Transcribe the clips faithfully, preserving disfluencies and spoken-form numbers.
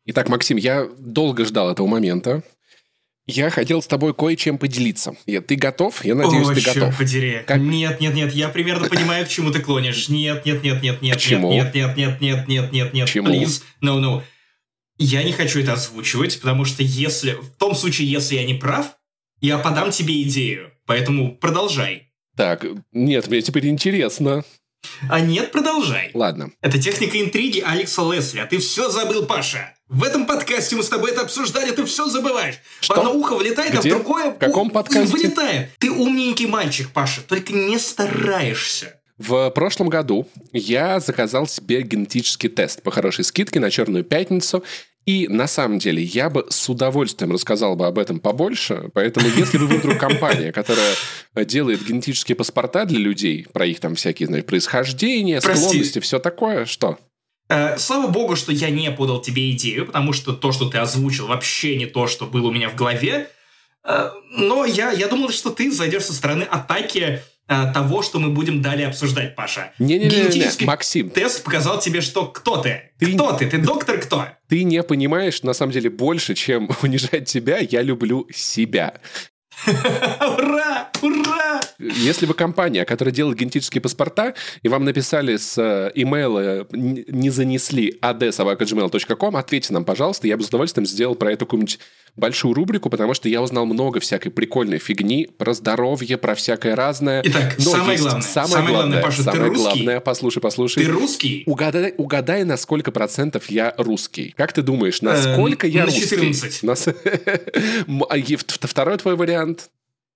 Итак, Максим, я долго ждал этого момента. Я хотел с тобой кое-чем поделиться. Я, ты готов? Я надеюсь, О, ты черт готов. подери. Как... Нет, нет, нет, я примерно понимаю, к чему ты клонишь. Нет, нет, нет, нет, нет, К чему? нет, нет, нет, нет, нет, нет, нет, Чему? please, no, no. Я не хочу это озвучивать, потому что если, в том случае, если я не прав, я подам тебе идею. Поэтому продолжай. Так, нет, мне теперь интересно. А нет, продолжай. Ладно. Это техника интриги Алекса Лесли, а ты все забыл, Паша. В этом подкасте мы с тобой это обсуждали, ты все забываешь. Что? В одно ухо влетает, Где? а в другое В каком у- подкасте? вылетает. Ты умненький мальчик, Паша, только не стараешься. В прошлом году я заказал себе генетический тест по хорошей скидке на Черную пятницу. И на самом деле я бы с удовольствием рассказал бы об этом побольше. Поэтому если вы вдруг компания, которая делает генетические паспорта для людей, про их там всякие, знаешь, происхождение, Прости. склонности, все такое, что? Э, слава богу, что я не подал тебе идею, потому что то, что ты озвучил, вообще не то, что было у меня в голове. Э, но я, я думал, что ты зайдешь со стороны атаки э, того, что мы будем далее обсуждать, Паша. Не-не-не, Генетический Максим. тест показал тебе, что кто ты? Ты- Кто ты? Ты доктор кто? Ты не понимаешь, на самом деле, больше, чем унижать тебя, я люблю себя. Ура! Ура! Если вы компания, которая делает генетические паспорта, и вам написали с э, имейла, н- не занесли а дэ собака джи мейл точка ком, ответьте нам, пожалуйста. Я бы с удовольствием сделал про это какую-нибудь большую рубрику, потому что я узнал много всякой прикольной фигни про здоровье, про всякое разное. Итак, Но самое есть главное, Самое, самое главное, главное, Паша, ты самое русский? главное, послушай, послушай. Ты русский? Угадай, угадай, на сколько процентов я русский. Как ты думаешь, насколько Э, я на русский? четырнадцать. На с- М, а е- в- Второй твой вариант?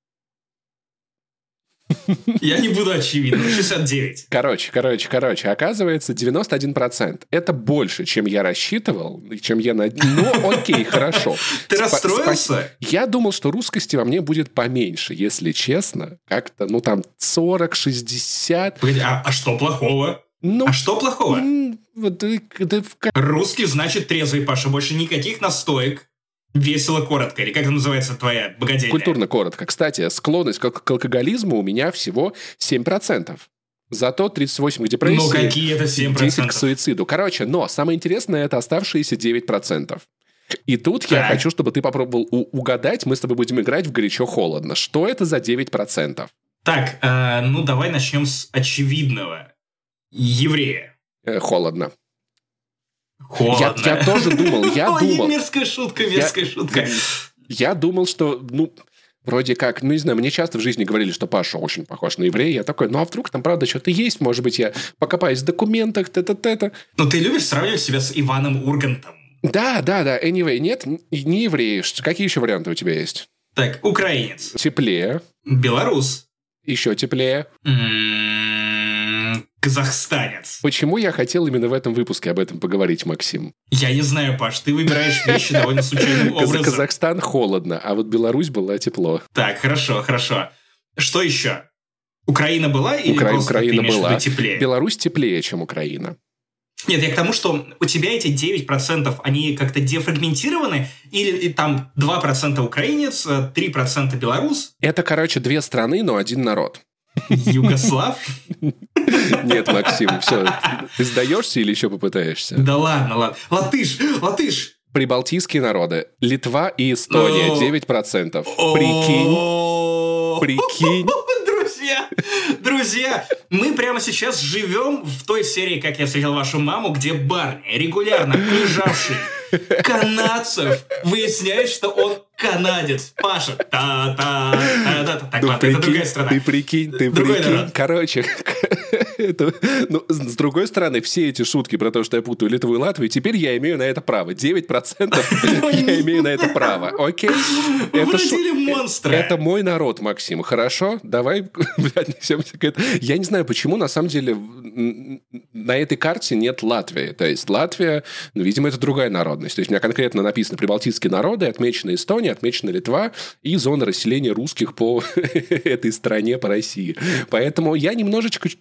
Я не буду очевидным. шестьдесят девять. Короче, короче, короче, оказывается, девяносто один процент. Это больше, чем я рассчитывал, чем я... над- Ну, окей, хорошо. Ты Спа- расстроился? спа- Я думал, что русскости во мне будет поменьше, если честно. Как-то, ну, там, сорок-шестьдесят. Погоди, а, а что плохого? Ну, А что плохого? м, вот, э, да в ка- Русский значит трезвый, Паша. Больше никаких настоек. Весело, коротко. Или как это называется твоя богадельня? Культурно коротко. Кстати, склонность к к алкоголизму у меня всего семь процентов. Зато тридцать восемь процентов к депрессии, Ну какие это семь десять процентов? к суициду. Короче, но самое интересное – это оставшиеся девять процентов. И тут я Так. хочу, чтобы ты попробовал у- угадать. Мы с тобой будем играть в горячо-холодно. Что это за девять процентов? Так, э, ну давай начнем с очевидного. Еврея. Э, холодно. Я, Холодно. я тоже думал, я Ой, думал. мерзкая шутка, мерзкая шутка. Я думал, что, ну, вроде как, ну, не знаю, мне часто в жизни говорили, что Паша очень похож на еврея. Я такой, ну, а вдруг там, правда, что-то есть? Может быть, я покопаюсь в документах, т-т-т-т. Ну ты любишь сравнивать себя с Иваном Ургантом? Да, да, да, anyway, нет, н- не евреи. Ш- Какие еще варианты у тебя есть? Так, украинец. Теплее, Белорус. еще теплее. М-м, Казахстанец. Почему я хотел именно в этом выпуске об этом поговорить, Максим? Я не знаю, Паш, ты выбираешь вещи довольно случайным Каз- образом. Казахстан холодно, а вот Беларусь была тепло. Так, хорошо, хорошо. Что еще? Украина была или Укра- просто Украина ты имеешь в была. виду теплее? Беларусь теплее, чем Украина. Нет, я к тому, что у тебя эти девять процентов, они как-то дефрагментированы, или и там два процента украинец, три процента белорус, Это, короче, две страны, но один народ. югослав. Нет, Максим, все. Ты сдаешься или еще попытаешься? Да ладно, ладно. Латыш, латыш. Прибалтийские народы. Литва и Эстония О. девять процентов. Прикинь. О. Прикинь. Друзья, друзья, мы прямо сейчас живем в той серии, как я встретил вашу маму, где барни, регулярно унижавший канадцев, выясняют, что он канадец. Паша. Та-та-та-та-та. Так, Ну, ладно, это прикинь, другая страна. Ты прикинь, ты Другой прикинь. народ. Короче, это- ну, с с другой стороны, все эти шутки про то, что я путаю Литву и Латвию, теперь я имею на это право. девять процентов я имею на это право. Окей? Вы Это шу- родили монстра. Это мой народ, Максим. Хорошо? Давай отнесемся к этому. Я не знаю, почему на самом деле м, на этой карте нет Латвии. То есть Латвия, ну, видимо, это другая народность. То есть у меня конкретно написано прибалтийские народы, отмечена Эстония, отмечена Литва и зона расселения русских по этой стране, по России. Поэтому я немножечко, чуть-чуть,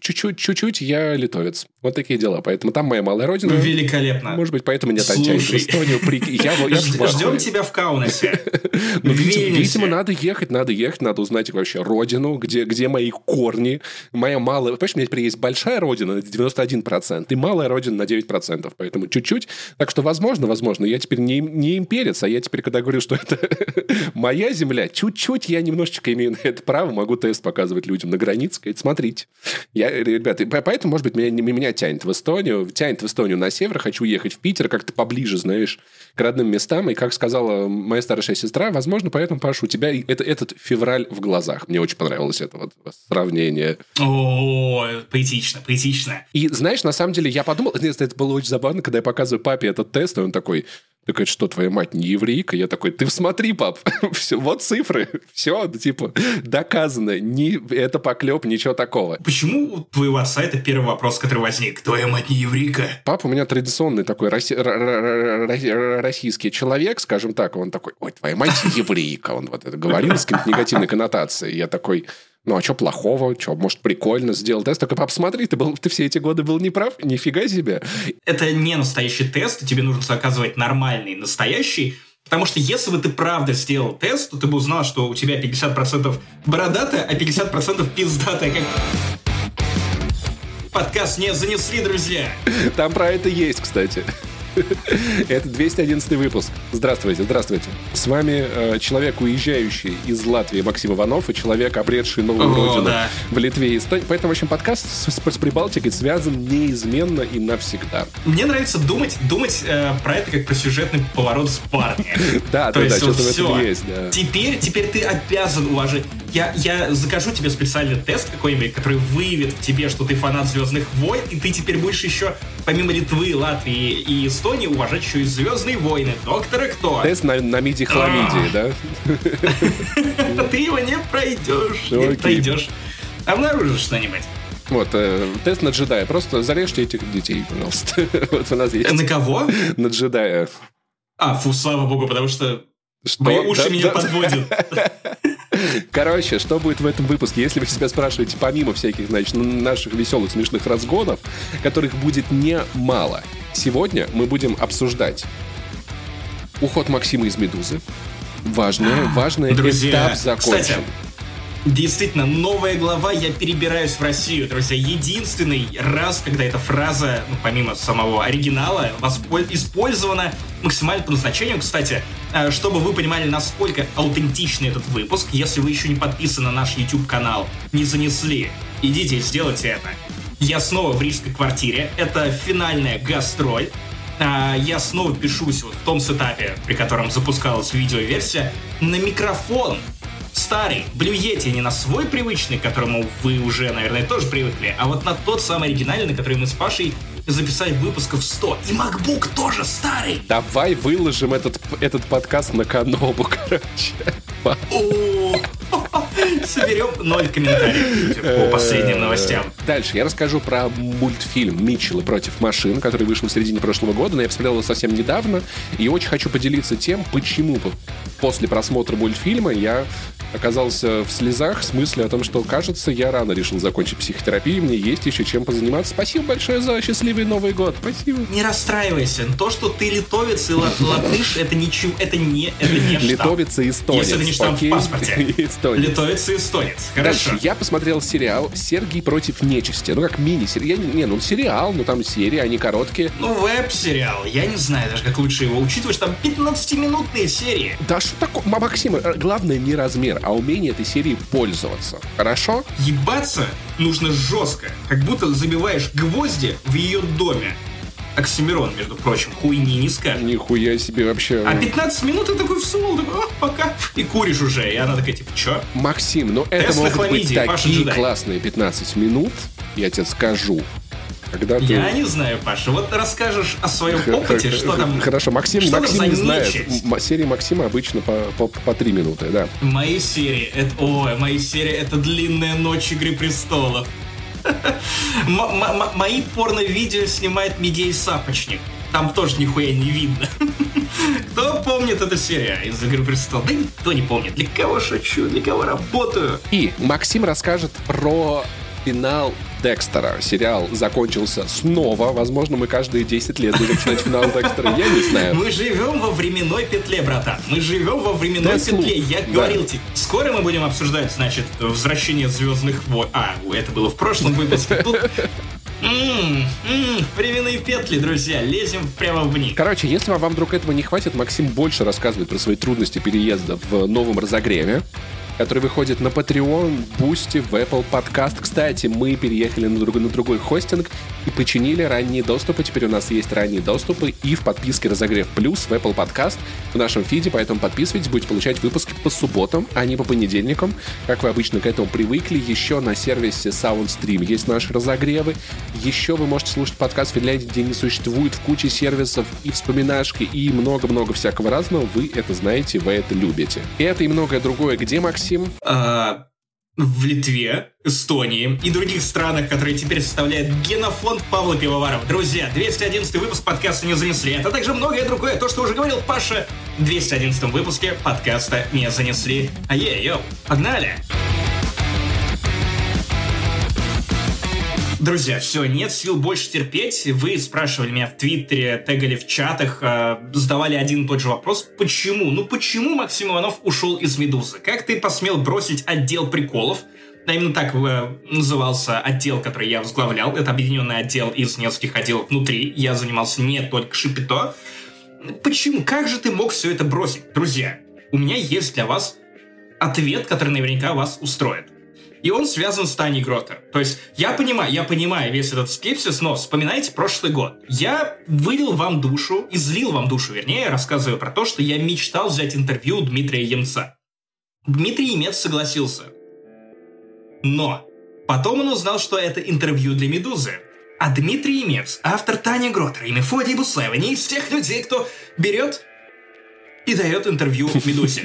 чуть-чуть я литовец. Вот такие дела. Поэтому там моя малая родина. Великолепно. Может быть, поэтому меня там тянет в Эстонию. Я, я Ждем тебя в Каунасе. Ну, видимо, видимо, надо ехать, надо ехать, надо узнать вообще родину, где, где мои корни. Моя малая... Понимаешь, у меня теперь есть большая родина на девяносто один процент и малая родина на девять процентов. Поэтому чуть-чуть. Так что, возможно, возможно, я теперь не, не имперец, а я теперь, когда говорю, что это моя земля, чуть-чуть я немножечко имею на это право, могу тест показывать людям на границе, сказать, смотрите. Я, ребята, поэтому, может быть, меня, меня тянет в Эстонию, тянет в Эстонию на север, хочу ехать в Питер, как-то поближе, знаешь, к родным местам. И, как сказала моя старшая сестра, возможно, поэтому, Паша, у тебя это, этот февраль в глазах. Мне очень понравилось это вот сравнение. О, поэтично, поэтично. И, знаешь, на самом деле, я подумал, это было очень забавно, когда я показываю папе этот тест, и он такой... Ты говоришь, что твоя мать не еврейка? Я такой, ты смотри, пап, все, вот цифры, все, типа, доказано, не, это поклеп, ничего такого. Почему у твоего отца это первый вопрос, который возник? Твоя мать не еврейка? Папа у меня традиционный такой роси- российский человек, скажем так, он такой, ой, твоя мать еврейка, он вот это говорил с какой-то негативной коннотацией. Я такой... Ну, а что плохого? Что, может, прикольно сделал тест? Только, пап, смотри, ты, был, ты все эти годы был неправ? Нифига себе. Это не настоящий тест, тебе нужно заказывать нормальный, настоящий. Потому что если бы ты правда сделал тест, то ты бы узнал, что у тебя пятьдесят процентов бородатая, а пятьдесят процентов пиздатая. Как... Подкаст не занесли, друзья. Там про это есть, кстати. Это двести одиннадцатый выпуск. Здравствуйте, здравствуйте. С вами э, человек, уезжающий из Латвии, Максим Иванов, и человек, обретший новую О, родину да. в Литве и Эстонии. Поэтому, в общем, подкаст с, с, с Прибалтикой связан неизменно и навсегда. Мне нравится думать, думать э, про это как про сюжетный поворот с парня. Да, да, да, что-то в этом есть. Теперь, теперь ты обязан уважать. Я, я закажу тебе специальный тест какой-нибудь, который выявит в тебе, что ты фанат «Звездных войн», и ты теперь будешь еще, помимо Литвы, Латвии и Эстонии, уважать еще и «Звездные войны», «Доктора Кто». Тест на, на миди-хламидии, да? Ты его не пройдешь, не пройдешь. Обнаружишь что-нибудь. Вот, э, тест на джедая. Просто зарежьте этих детей, пожалуйста. Вот у нас есть. На кого? На джедая. А, фу, слава богу, потому что, что? мои уши да, меня да. подводят. Короче, что будет в этом выпуске? Если вы себя спрашиваете, помимо всяких, значит, наших веселых, смешных разгонов, которых будет немало, сегодня мы будем обсуждать уход Максима из «Медузы». Важное, важный этап закончен. Кстати, действительно, новая глава «Я перебираюсь в Россию». Друзья, единственный раз, когда эта фраза, ну, помимо самого оригинала, использована максимально по назначению. Кстати, чтобы вы понимали, насколько аутентичный этот выпуск, если вы еще не подписаны на наш YouTube-канал, не занесли, идите и сделайте это. Я снова в рижской квартире. Это финальная гастроль. Я снова пишусь вот в том сетапе, при котором запускалась видеоверсия, на микрофон. Старый, Blue Yeti, не на свой привычный, к которому вы уже, наверное, тоже привыкли, а вот на тот самый оригинальный, на который мы с Пашей записали выпусков сто. И MacBook тоже старый. Давай выложим этот, этот подкаст на Канобу, короче. Соберем ноль комментариев по последним новостям. Дальше я расскажу про мультфильм «Митчеллы против машин», который вышел в середине прошлого года, но я посмотрел его совсем недавно, и очень хочу поделиться тем, почему после просмотра мультфильма я оказался в слезах, в смысле о том, что, кажется, я рано решил закончить психотерапию, мне есть еще чем позаниматься. Спасибо большое за счастливый Новый год. Спасибо. Не расстраивайся. То, что ты литовец и латыш, это ничего, это не, это не штамп. Литовец и эстонец. Если это не штамп в паспорте. Литовец и эстонец. Хорошо. Дальше я посмотрел сериал «Сергий против нечисти». Ну, как мини-сериал. Не, ну, сериал, ну, там серии, они короткие. Ну, веб-сериал. Я не знаю даже, как лучше его учитывать, что там пятнадцатиминутные серии. Да что такое? Максим, главное не размер, а умение этой серии пользоваться. Хорошо? Ебаться нужно жестко, как будто забиваешь гвозди в ее доме. Оксимирон, между прочим, хуйни не скажешь. Нихуя себе вообще. А пятнадцать минут ты такой всунул, такой, о, пока, и куришь уже. И она такая, типа, чё? Максим, ну это могут быть такие классные пятнадцать минут, я тебе скажу. Когда ты... Я не знаю, Паша. Вот расскажешь о своем опыте, что там... Хорошо, Максим, Максим не знает. Серии Максима обычно по, по, по три минуты, да. Мои серии, это... Ой, мои серии — это длинная ночь «Игры престолов». Мои порно-видео снимает Мигей Сапочник. Там тоже нихуя не видно. Кто помнит эту серию из «Игры престолов»? Да никто не помнит. Для кого шучу, для кого работаю. И Максим расскажет про Финал Декстера. Сериал закончился снова. Возможно, мы каждые десять лет будем читать финал Декстера. Я не знаю. Мы живем во временной петле, братан. Мы живем во временной Deathloop. петле. Я Да. говорил тебе. Скоро мы будем обсуждать, значит, возвращение Звездных войн. А, это было в прошлом выпуске. Тут... М-м, м-м, временные петли, друзья. Лезем прямо в них. Короче, если вам вдруг этого не хватит, Максим больше рассказывает про свои трудности переезда в новом разогреве, который выходит на Patreon, Boosty, в Apple Podcast. Кстати, мы переехали на другой, на другой хостинг и починили ранние доступы. Теперь у нас есть ранние доступы и в подписке «Разогрев Плюс» в Apple Podcast в нашем фиде, поэтому подписывайтесь, будете получать выпуски по субботам, а не по понедельникам, как вы обычно к этому привыкли. Еще на сервисе SoundStream есть наши разогревы. Еще вы можете слушать подкаст в Финляндии, где не существует в куче сервисов и вспоминашки, и много-много всякого разного. Вы это знаете, вы это любите. И это и многое другое. Где Максим? А, в Литве, Эстонии и других странах, которые теперь составляют генофонд Павла Пивоварова. Друзья, двести одиннадцатый выпуск подкаста «Не занесли». Это также многое другое. То, что уже говорил Паша в двести одиннадцатом выпуске подкаста «Не занесли». А е, йоу, погнали! Друзья, все, нет сил больше терпеть. Вы спрашивали меня в Твиттере, тегали в чатах, э, задавали один и тот же вопрос. Почему? Ну почему Максим Иванов ушел из «Медузы»? Как ты посмел бросить отдел приколов? А именно так э, назывался отдел, который я возглавлял. Это объединенный отдел из нескольких отделов внутри. Я занимался не только Шипито. Почему? Как же ты мог все это бросить? Друзья, у меня есть для вас ответ, который наверняка вас устроит. И он связан с Таней Гротер. То есть я понимаю, я понимаю весь этот скепсис, но вспоминайте прошлый год. Я вылил вам душу, излил вам душу, вернее, рассказываю про то, что я мечтал взять интервью у Дмитрия Емца. Дмитрий Емец согласился. Но потом он узнал, что это интервью для «Медузы». А Дмитрий Емец, автор Тани Гротер и Мефодий Буслаева, не из тех людей, кто берет и дает интервью «Медузе».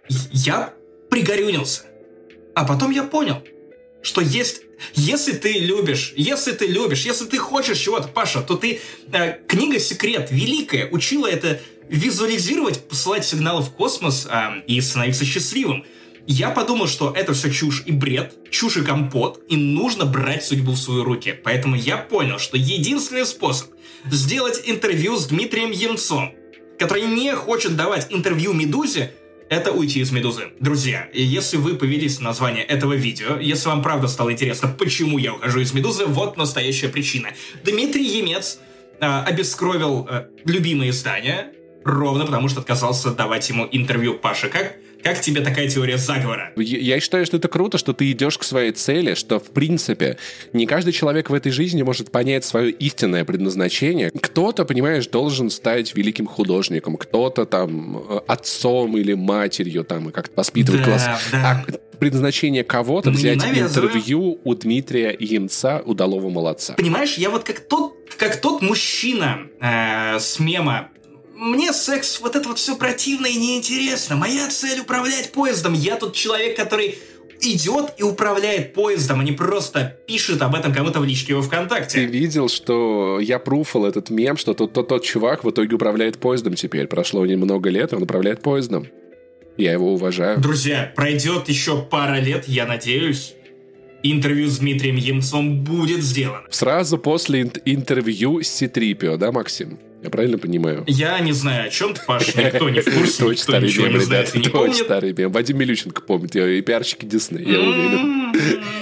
Я пригорюнился. А потом я понял, что есть, если ты любишь, если ты любишь, если ты хочешь чего-то, Паша, то ты... Э, книга «Секрет» великая учила это визуализировать, посылать сигналы в космос э, и становиться счастливым. Я подумал, что это все чушь и бред, чушь и компот, и нужно брать судьбу в свои руки. Поэтому я понял, что единственный способ сделать интервью с Дмитрием Емцом, который не хочет давать интервью «Медузе», это уйти из «Медузы». Друзья, если вы повелись на название этого видео, если вам правда стало интересно, почему я ухожу из «Медузы», вот настоящая причина. Дмитрий Емец э, обескровил э, любимые издания ровно потому, что отказался давать ему интервью. Паша, как, как тебе такая теория заговора? Я, я считаю, что это круто, что ты идешь к своей цели, что, в принципе, не каждый человек в этой жизни может понять свое истинное предназначение. Кто-то, понимаешь, должен стать великим художником, кто-то там отцом или матерью там и как-то воспитывать да, класс. Да. А предназначение кого-то Мы взять не интервью у Дмитрия Емца, удалого молодца. Понимаешь, я вот как тот, как тот мужчина э, с мема. Мне секс, вот это вот все противно и неинтересно. Моя цель — управлять поездом. Я тот человек, который идет и управляет поездом, а не просто пишет об этом кому-то в личке во ВКонтакте. Ты видел, что я пруфал этот мем, что тот, тот, тот чувак в итоге управляет поездом теперь. Прошло немного лет, и он управляет поездом. Я его уважаю. Друзья, пройдет еще пара лет, я надеюсь, интервью с Дмитрием Емцом будет сделано. Сразу после ин- интервью с Ситрипио, да, Максим? Я правильно понимаю? Я не знаю, о чем ты, Паш, никто не в курсе, Очень никто старый ничего мем, не знает ребята, и не это очень помнит. старый мем. Вадим Милюченко помнит, и пиарщики Дисней, я уверен.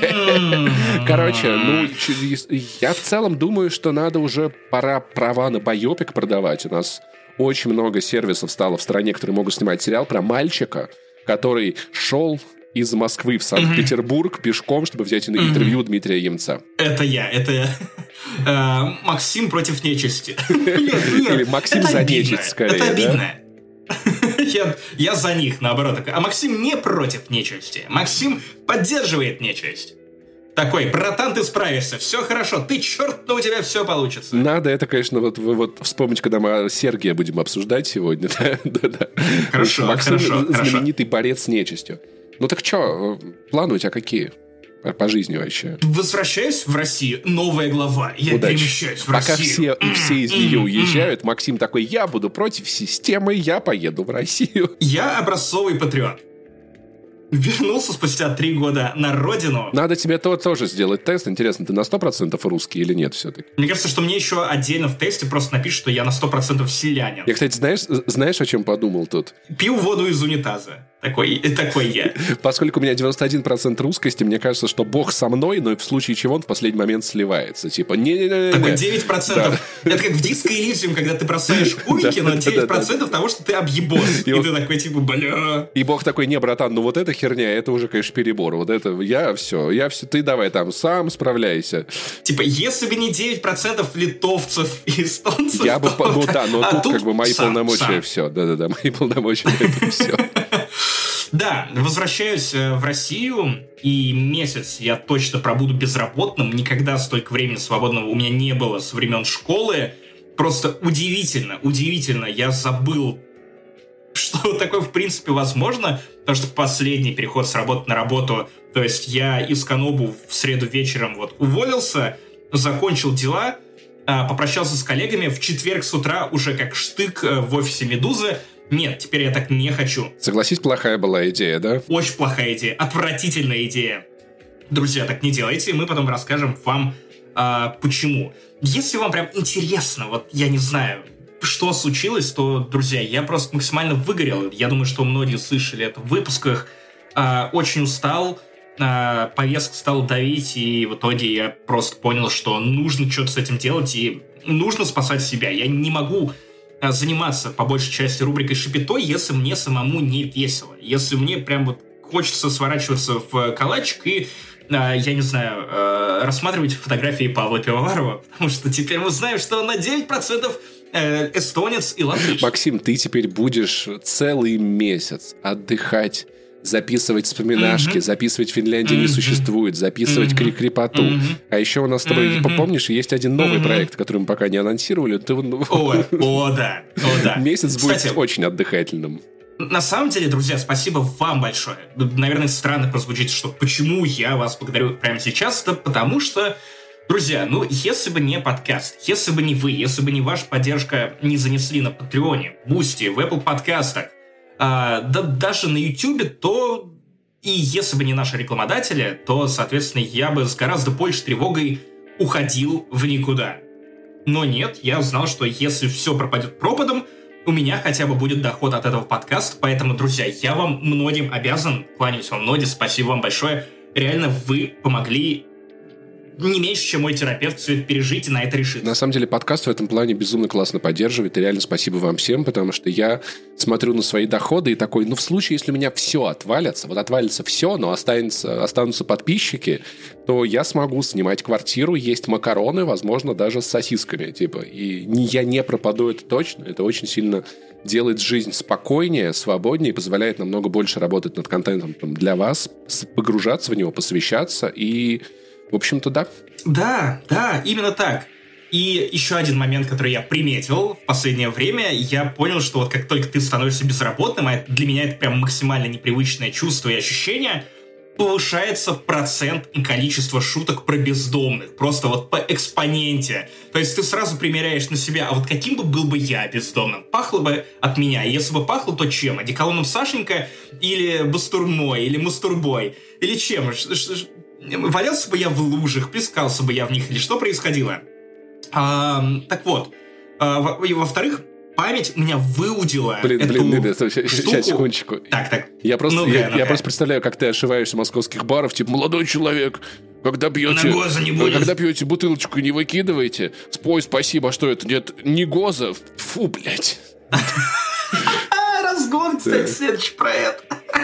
Короче, ну, я в целом думаю, что надо уже, пора права на байопик продавать. У нас очень много сервисов стало в стране, которые могут снимать сериал про мальчика, который шел из Москвы в Санкт-Петербург mm-hmm. пешком, чтобы взять интервью mm-hmm. Дмитрия Емца. Это я, это я. Э, Максим против нечисти. Или Максим за нечисть, скорее. Это обидно. Я, я за них, наоборот. А Максим не против нечисти. Максим поддерживает нечисть. Такой, братан, ты справишься, все хорошо, ты черт, но у тебя все получится. Надо это, конечно, вот, вот вспомнить, когда мы Сергия будем обсуждать сегодня. Да-да. Хорошо, Максим хорошо, знаменитый хорошо. борец с нечистью. Ну так что, планы у тебя какие? По, по жизни вообще. Возвращаюсь в Россию, новая глава. Я Удачи. перемещаюсь в Пока Россию. все, все из нее уезжают, Максим такой, я буду против системы, я поеду в Россию. Я образцовый патриот. вернулся спустя три года на родину. Надо тебе то, тоже сделать тест. Интересно, ты на сто процентов русский или нет все-таки? Мне кажется, что мне еще отдельно в тесте просто напишут, что я на сто процентов селянин. Я, кстати, знаешь, знаешь, о чем подумал тут? Пью воду из унитаза. Такой, такой я. Поскольку у меня девяносто один процент русскости, мне кажется, что Бог со мной, но в случае чего он в последний момент сливается. Типа, не-не-не. Такой девять процентов. Да. Это как в Disco Elysium, когда ты бросаешь кубики, но девять процентов того, что ты объебос. И ты такой, типа, бля. И Бог такой, не, братан, ну вот эта херня, это уже, конечно, перебор. Вот это, я все, я все, ты давай там сам справляйся. Типа, если бы не девять процентов литовцев и эстонцев, я бы, ну да, но а тут, тут как бы мои сам, полномочия сам. все. Да-да-да, мои полномочия это все. Да, возвращаюсь в Россию, и месяц я точно пробуду безработным. Никогда столько времени свободного у меня не было со времен школы. Просто удивительно, удивительно. Я забыл, что такое в принципе возможно, потому что последний переход с работы на работу, то есть я из Канобу в среду вечером вот уволился, закончил дела, попрощался с коллегами, в четверг с утра уже как штык в офисе «Медузы». Нет, теперь я так не хочу. Согласись, плохая была идея, да? Очень плохая идея, отвратительная идея. Друзья, так не делайте, мы потом расскажем вам, а, почему. Если вам прям интересно, вот я не знаю, что случилось, то, друзья, я просто максимально выгорел. Я думаю, что многие слышали это в выпусках. А, очень устал, а, повестка стала давить, и в итоге я просто понял, что нужно что-то с этим делать, и нужно спасать себя. Я не могу заниматься по большей части рубрикой «Шапито», если мне самому не весело. Если мне прям вот хочется сворачиваться в калачик и, э, я не знаю, э, рассматривать фотографии Павла Пивоварова, потому что теперь мы знаем, что он на девять процентов э, эстонец и латыш. Максим, ты теперь будешь целый месяц отдыхать, записывать вспоминашки, mm-hmm. записывать «Финляндия mm-hmm. не существует», записывать mm-hmm. «Крик-крепоту». Mm-hmm. А еще у нас с тобой, mm-hmm. помнишь, есть один новый mm-hmm. проект, который мы пока не анонсировали. Ты... О, о, да, о, да. Месяц Кстати, будет очень отдыхательным. На самом деле, друзья, спасибо вам большое. Наверное, странно прозвучит, что почему я вас благодарю прямо сейчас, это потому что, друзья, ну, если бы не подкаст, если бы не вы, если бы не ваша поддержка не занесли на Патреоне, Бусти, в Apple подкастах, А, да даже на Ютубе, то и если бы не наши рекламодатели, то, соответственно, я бы с гораздо большей тревогой уходил в никуда. Но нет, я знал, что если все пропадет пропадом, у меня хотя бы будет доход от этого подкаста. Поэтому, друзья, я вам многим обязан, кланяюсь вам ноги, спасибо вам большое. Реально, вы помогли не меньше, чем мой терапевт, все это пережить и на это решиться. На самом деле, подкаст в этом плане безумно классно поддерживает. И реально спасибо вам всем, потому что я смотрю на свои доходы и такой, ну, в случае, если у меня все отвалится, вот отвалится все, но останется, останутся подписчики, то я смогу снимать квартиру, есть макароны, возможно, даже с сосисками. Типа, и не, я не пропаду, это точно. Это очень сильно делает жизнь спокойнее, свободнее, позволяет намного больше работать над контентом для вас, погружаться в него, посвящаться и... В общем-то, да. Да, да, именно так. И еще один момент, который я приметил в последнее время, я понял, что вот как только ты становишься безработным, а для меня это прям максимально непривычное чувство и ощущение, повышается процент и количество шуток про бездомных. Просто вот по экспоненте. То есть ты сразу примеряешь на себя, а вот каким бы был бы я бездомным? Пахло бы от меня. И если бы пахло, то чем? Одеколоном Сашенька или бастурмой, или мастурбой? Или чем? Валялся бы я в лужах, плескался бы я в них, или что происходило? А, так вот, а, во- и во-вторых, память меня выудила Блин, эту блин, блин, сейчас, штуку. сейчас, секундочку. Так, так. Я просто, Ну-ка, я, ну-ка. я просто представляю, как ты ошиваешься в московских барах, типа, молодой человек, когда пьете, На Гоза не будет. когда пьете бутылочку, не выкидывайте. Спой, спасибо, а что это? Нет, не Гоза. Фу, блядь. Разгон, кстати, следующий про это.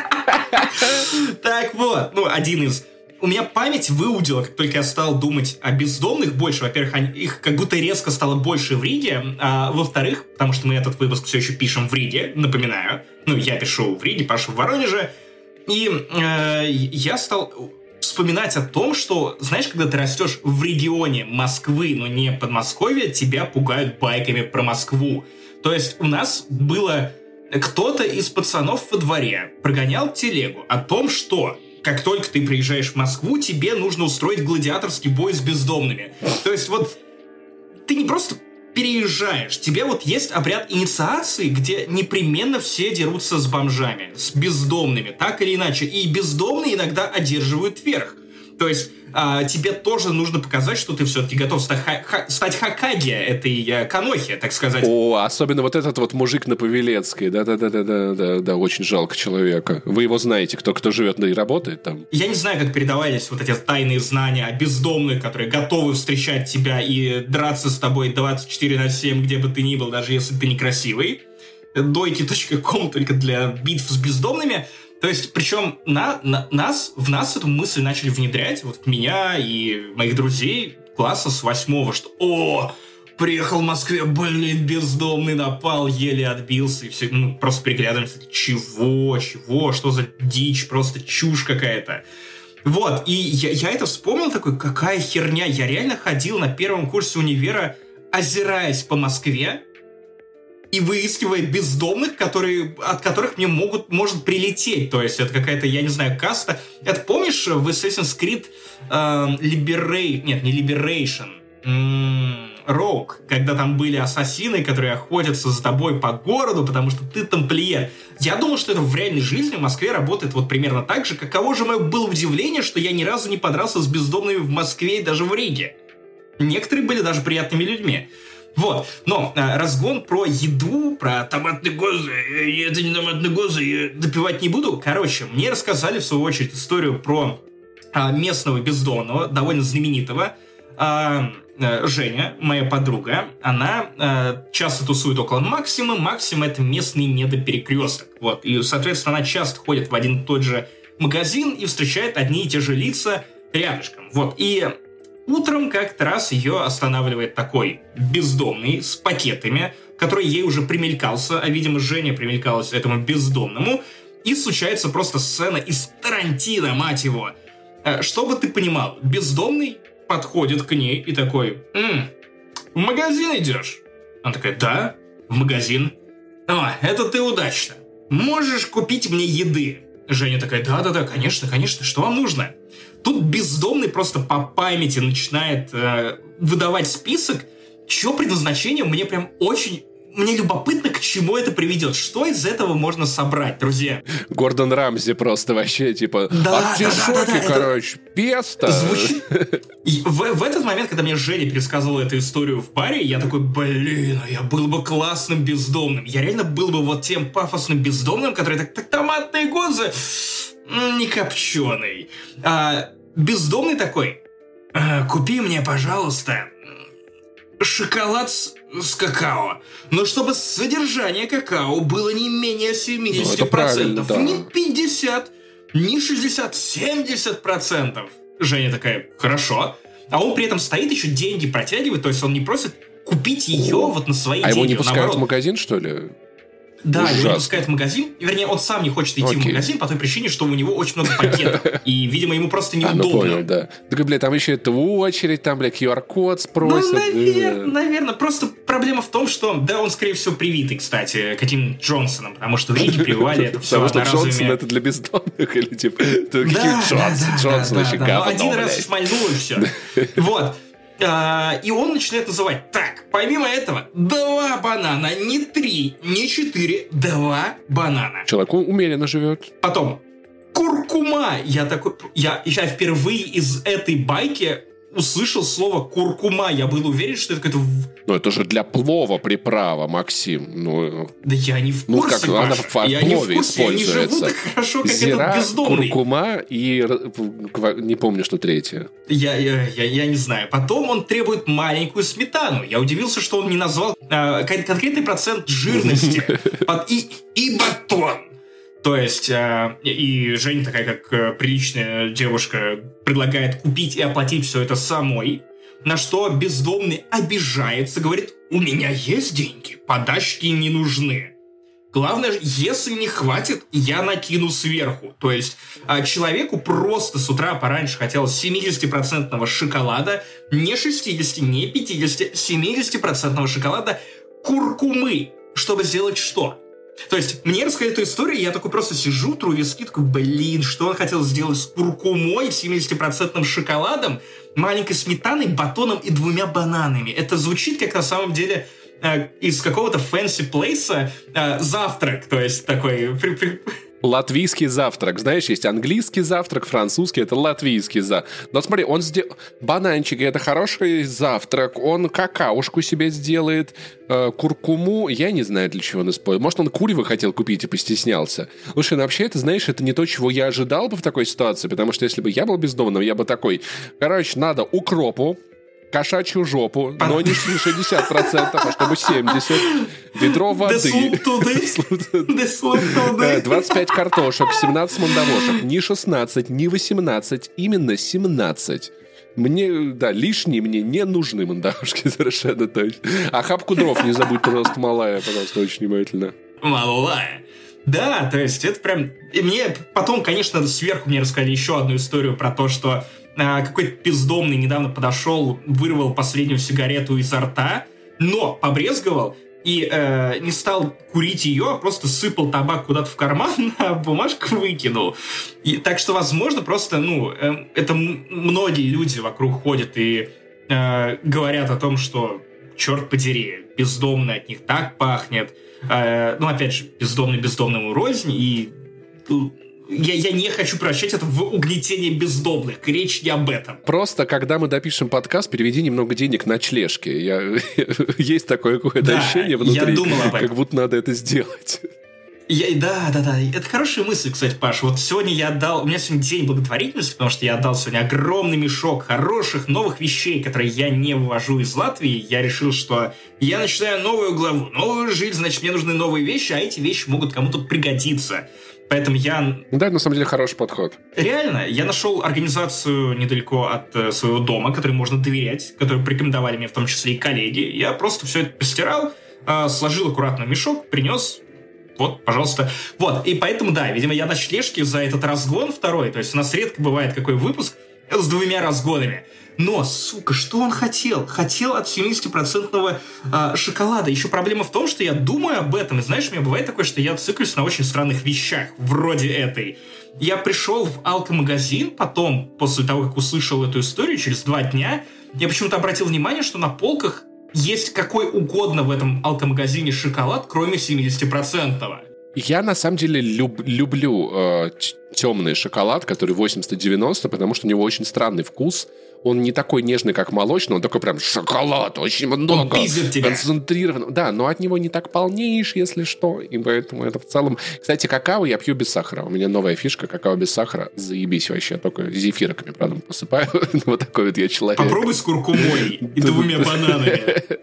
Так вот, ну, один из... У меня память выудила, как только я стал думать о бездомных больше. Во-первых, они- их как будто резко стало больше в Риге. А во-вторых, потому что мы этот выпуск все еще пишем в Риге, напоминаю. Ну, я пишу в Риге, Паша в Воронеже. И э, я стал вспоминать о том, что, знаешь, когда ты растешь в регионе Москвы, но не Подмосковья, тебя пугают байками про Москву. То есть у нас было... Кто-то из пацанов во дворе прогонял телегу о том, что как только ты приезжаешь в Москву, тебе нужно устроить гладиаторский бой с бездомными. То есть вот ты не просто переезжаешь, тебе вот есть обряд инициации, где непременно все дерутся с бомжами, с бездомными, так или иначе. И бездомные иногда одерживают верх. То есть а, тебе тоже нужно показать, что ты все-таки готов стать, ха- стать Хокаге этой а, Канохи, так сказать. О, особенно вот этот вот мужик на Павелецкой. Да-да-да-да-да, да, очень жалко человека. Вы его знаете, кто, кто живет да и работает там. Я не знаю, как передавались вот эти тайные знания о бездомных, которые готовы встречать тебя и драться с тобой двадцать четыре на семь, где бы ты ни был, даже если ты некрасивый. дойки точка ком только для битв с бездомными. То есть, причем на, на, нас, в нас эту мысль начали внедрять, вот в меня и моих друзей класса с восьмого, что «О, приехал в Москве, блин, бездомный напал, еле отбился», и все, ну, просто переглядываемся, чего, чего, что за дичь, просто чушь какая-то. Вот, и я, я это вспомнил, такой, какая херня, я реально ходил на первом курсе универа, озираясь по Москве, и выискивая бездомных, которые, от которых мне могут, может прилететь. То есть это какая-то, я не знаю, каста. Это помнишь в Assassin's Creed э, Liberate... Нет, не Liberation. М- Rogue. Когда там были ассасины, которые охотятся за тобой по городу, потому что ты тамплиер. Я думал, что это в реальной жизни в Москве работает вот примерно так же. Каково же мое было удивление, что я ни разу не подрался с бездомными в Москве и даже в Риге. Некоторые были даже приятными людьми. Вот, но э, разгон про еду, про томатные гозы, э, это не томатные гозы, я допивать не буду. Короче, мне рассказали, в свою очередь, историю про э, местного бездомного, довольно знаменитого. Э, э, Женя, моя подруга, она э, часто тусует около Максима. Максим — это местный недоперекресток. Вот, и, соответственно, она часто ходит в один и тот же магазин и встречает одни и те же лица рядышком. Вот, и... Утром как-то раз ее останавливает такой бездомный с пакетами, который ей уже примелькался, а, видимо, Женя примелькалась этому бездомному, и случается просто сцена из Тарантино, мать его. Чтобы ты понимал, бездомный подходит к ней и такой: «М, в магазин идешь?» Она такая: «Да, в магазин». «О, это ты удачно. Можешь купить мне еды?» Женя такая: «Да-да-да, конечно, конечно, что вам нужно?» Тут бездомный просто по памяти начинает э, выдавать список, чье предназначение мне прям очень... Мне любопытно, к чему это приведет. Что из этого можно собрать, друзья? Гордон Рамзи просто вообще, типа, да, артишоки, да, да, да, короче, это... песто. Звучит... И в, в этот момент, когда мне Женя пересказывала эту историю в баре, я такой: блин, я был бы классным бездомным. Я реально был бы вот тем пафосным бездомным, который так, так томатные гозы... не копченый. А, бездомный такой: купи мне, пожалуйста, шоколад с, с какао. Но чтобы содержание какао было не менее семьдесят процентов. Ну, да. Не пятьдесят, не шестьдесят, семьдесят процентов. Женя такая: хорошо. А он при этом стоит, еще деньги протягивает. То есть он не просит купить ее О. вот на свои а деньги. А его не пускают наоборот. в магазин, что ли? Да, Ужасно. его не пускают в магазин. Вернее, он сам не хочет идти Окей. в магазин по той причине, что у него очень много пакетов. И, видимо, ему просто неудобно. А, ну понял, да. Так, бля, там еще это очередь, там, бля, ку ар-код спросят. Ну, наверное, наверное. Просто проблема в том, что, да, он, скорее всего, привитый, кстати, каким-нибудь Джонсоном, потому что в Риге прививали это все одноразовыми. Потому что Джонсон — это для бездомных, или типа, какие Джонсон, Джонсон вообще говно, один раз шмальнул, и все. Вот. Uh, и он начинает называть: так, помимо этого, два банана, не три, не четыре, два банана. Человек умеренно живет. Потом, куркума. Я такой, я, я впервые из этой байки услышал слово куркума. Я был уверен, что это какое-то... Ну, это же для плова приправа, Максим. Ну, да я не в курсе, ну, как Паша. Она в Я не в курсе, используется. Я не живу так хорошо, как Зира, этот бездомный. Куркума и... Не помню, что третье. Я, я, я, я не знаю. Потом он требует маленькую сметану. Я удивился, что он не назвал э, конкретный процент жирности. И, и батон. То есть, э, и Женя такая, как э, приличная девушка, предлагает купить и оплатить все это самой. На что бездомный обижается, говорит: у меня есть деньги, подачки не нужны. Главное, если не хватит, я накину сверху. То есть э, человеку просто с утра пораньше хотелось семидесятипроцентного шоколада, не шестьдесят, не пятьдесят, семидесятипроцентного шоколада куркумы, чтобы сделать что? То есть, мне рассказали эту историю, и я такой просто сижу, тру виски, такой, блин, что он хотел сделать с куркумой, семидесятипроцентным шоколадом, маленькой сметаной, батоном и двумя бананами. Это звучит как на самом деле э, из какого-то fancy place э, завтрак, то есть такой... Латвийский завтрак. Знаешь, есть английский завтрак, французский, это латвийский завтрак. Но смотри, он сделал... Бананчики, это хороший завтрак. Он какаушку себе сделает, э, куркуму. Я не знаю, для чего он использует. Может, он курево хотел купить и постеснялся. Слушай, ну вообще, это, знаешь, это не то, чего я ожидал бы в такой ситуации, потому что если бы я был бездомным, я бы такой... Короче, надо укропу, кошачью жопу, но не шестьдесят процентов, а чтобы семьдесят процентов. Ведро воды. двадцать пять картошек, семнадцать мандавошек. Не шестнадцать, не восемнадцать, именно семнадцать. Мне, да, лишние мне не нужны мандавошки, совершенно точно. А хапку дров не забудь, пожалуйста, малая, пожалуйста, очень внимательно. Малая. Да, то есть это прям... И мне потом, конечно, сверху мне рассказали еще одну историю про то, что какой-то пиздомный недавно подошел, вырвал последнюю сигарету изо рта, но побрезговал и э, не стал курить ее, а просто сыпал табак куда-то в карман, а бумажку выкинул. И, так что, возможно, просто, ну, э, это м- многие люди вокруг ходят и э, говорят о том, что, черт подери, бездомный от них так пахнет. Э, ну, опять же, бездомный бездомному рознь, и... Я, я не хочу превращать это в угнетение бездомных. Речь не об этом. Просто, когда мы допишем подкаст, переведи немного денег на члешки. Я... Есть такое какое-то да, ощущение внутри, я думал об этом. Как будто надо это сделать. Я, да, да, да. Это хорошая мысль, кстати, Паш. Вот сегодня я отдал... У меня сегодня день благотворительности, потому что я отдал сегодня огромный мешок хороших новых вещей, которые я не вывожу из Латвии. Я решил, что я начинаю новую главу, новую жизнь, значит, мне нужны новые вещи, а эти вещи могут кому-то пригодиться. Поэтому я... Да, на самом деле, хороший подход. Реально, я нашел организацию недалеко от э, своего дома, которой можно доверять, которую порекомендовали мне в том числе и коллеги. Я просто все это постирал, э, сложил аккуратно в мешок, принес. Вот, пожалуйста. Вот, и поэтому, да, видимо, я на члешке за этот разгон второй. То есть у нас редко бывает какой выпуск с двумя разгонами. Но, сука, что он хотел? Хотел от семидесятипроцентного э, шоколада. Еще проблема в том, что я думаю об этом. И знаешь, у меня бывает такое, что я циклюсь на очень странных вещах, вроде этой. Я пришел в алкомагазин, потом, после того, как услышал эту историю, через два дня, я почему-то обратил внимание, что на полках есть какой угодно в этом алкомагазине шоколад, кроме семидесятипроцентного. Я, на самом деле, люб- люблю э, темный шоколад, который восемьдесят-девяносто, потому что у него очень странный вкус. Он не такой нежный, как молочный, он такой прям шоколад, очень много, концентрированно. Да, но от него не так полнеешь, если что, и поэтому это в целом... Кстати, какао я пью без сахара. У меня новая фишка, какао без сахара. Заебись вообще, только зефирками, правда, посыпаю. Вот такой вот я человек. Попробуй с куркумой и двумя бананами.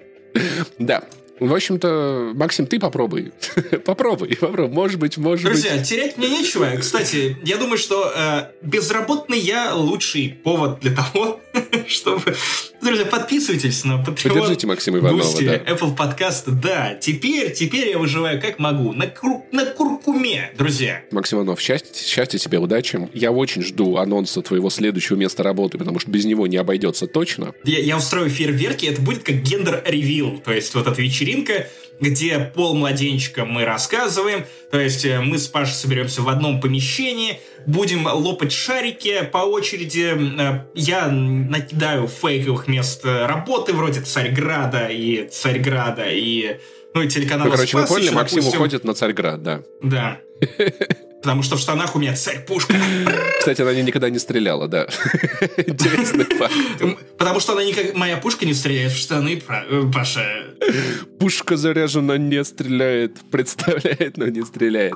Да. В общем-то, Максим, ты попробуй. попробуй, попробуй. Может быть, может Друзья, быть... терять мне нечего. Кстати, я думаю, что э, безработный я лучший повод для того, чтобы... Друзья, подписывайтесь на Patreon. Поддержите Максима Иванова, Густи, да. Apple Podcast. Да, теперь, теперь я выживаю как могу. На, кур... на куркуме, друзья. Максим Иванов, счастья, счастья тебе, удачи. Я очень жду анонса твоего следующего места работы, потому что без него не обойдется точно. Я, я устрою фейерверки, это будет как гендер-ревил. То есть вот эта вечеринка, где пол младенчика мы рассказываем. То есть мы с Пашей соберемся в одном помещении, будем лопать шарики по очереди. Я накидаю фейковых мест работы, вроде Царьграда и Царьграда, и, ну, и телеканала ну, короче, Спас. Короче, вы поняли, еще, Максим допустим... уходит на Царьград, да. Да. Потому что в штанах у меня царь-пушка. Кстати, она никогда не стреляла, да. Интересный факт. Потому что она никак... моя пушка не стреляет в штаны, Паша. Пушка заряжена, не стреляет. Представляет, но не стреляет.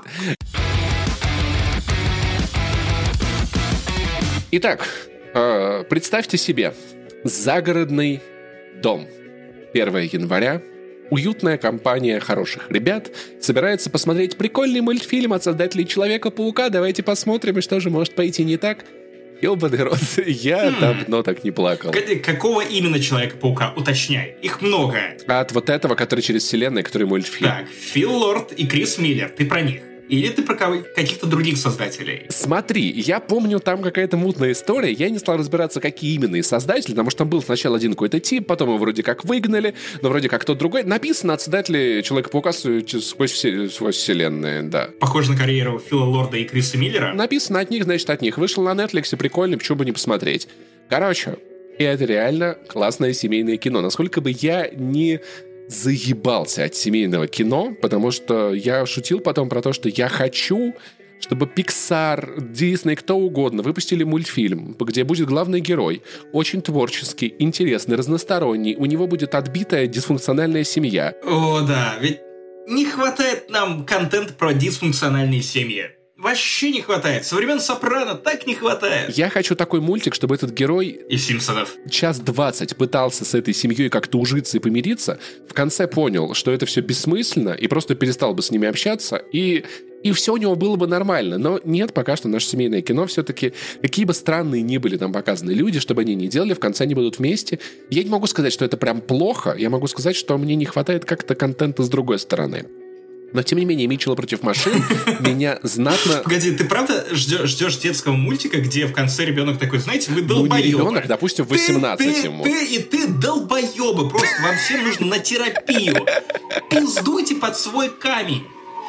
Итак, представьте себе загородный дом. первого января. Уютная компания хороших ребят собирается посмотреть прикольный мультфильм от создателей Человека-паука. Давайте посмотрим, и что же может пойти не так. Ёбаный рот, я хм. давно так не плакал. Какого именно Человека-паука? Уточняй. Их много. От вот этого, который через вселенную, который мультфильм. Так, Фил Лорд и Крис Миллер. Ты про них? Или ты про каких-то других создателей? Смотри, я помню, там какая-то мутная история. Я не стал разбираться, какие именно из создателей, потому что там был сначала один какой-то тип, потом его вроде как выгнали, но вроде как тот другой. Написано от создателей Человека-паука сквозь, все, сквозь вселенные, да. Похоже на карьеру Фила Лорда и Криса Миллера. Написано от них, значит, от них. Вышел на Netflix, прикольно, почему бы не посмотреть. Короче, это реально классное семейное кино. Насколько бы я не... заебался от семейного кино, потому что я шутил потом про то, что я хочу, чтобы Pixar, Disney, кто угодно выпустили мультфильм, где будет главный герой, очень творческий, интересный, разносторонний, у него будет отбитая дисфункциональная семья. О, да, ведь не хватает нам контента про дисфункциональные семьи. Вообще не хватает. Со времен «Сопрано» так не хватает. Я хочу такой мультик, чтобы этот герой... И «Симпсонов». Час двадцать пытался с этой семьей как-то ужиться и помириться, в конце понял, что это все бессмысленно, и просто перестал бы с ними общаться, и... И все у него было бы нормально. Но нет, пока что наше семейное кино все-таки, какие бы странные ни были там показаны люди, чтобы они ни делали, в конце они будут вместе. Я не могу сказать, что это прям плохо. Я могу сказать, что мне не хватает как-то контента с другой стороны. Но, тем не менее, Митчелла против машин меня знатно... Погоди, ты правда ждешь, ждешь детского мультика, где в конце ребенок такой, знаете, вы долбоебы. Ну, не ребенок, допустим, восемнадцать ты, ему. Ты, ты и ты долбоебы. Просто вам всем нужно на терапию. Пиздуйте под свой камень.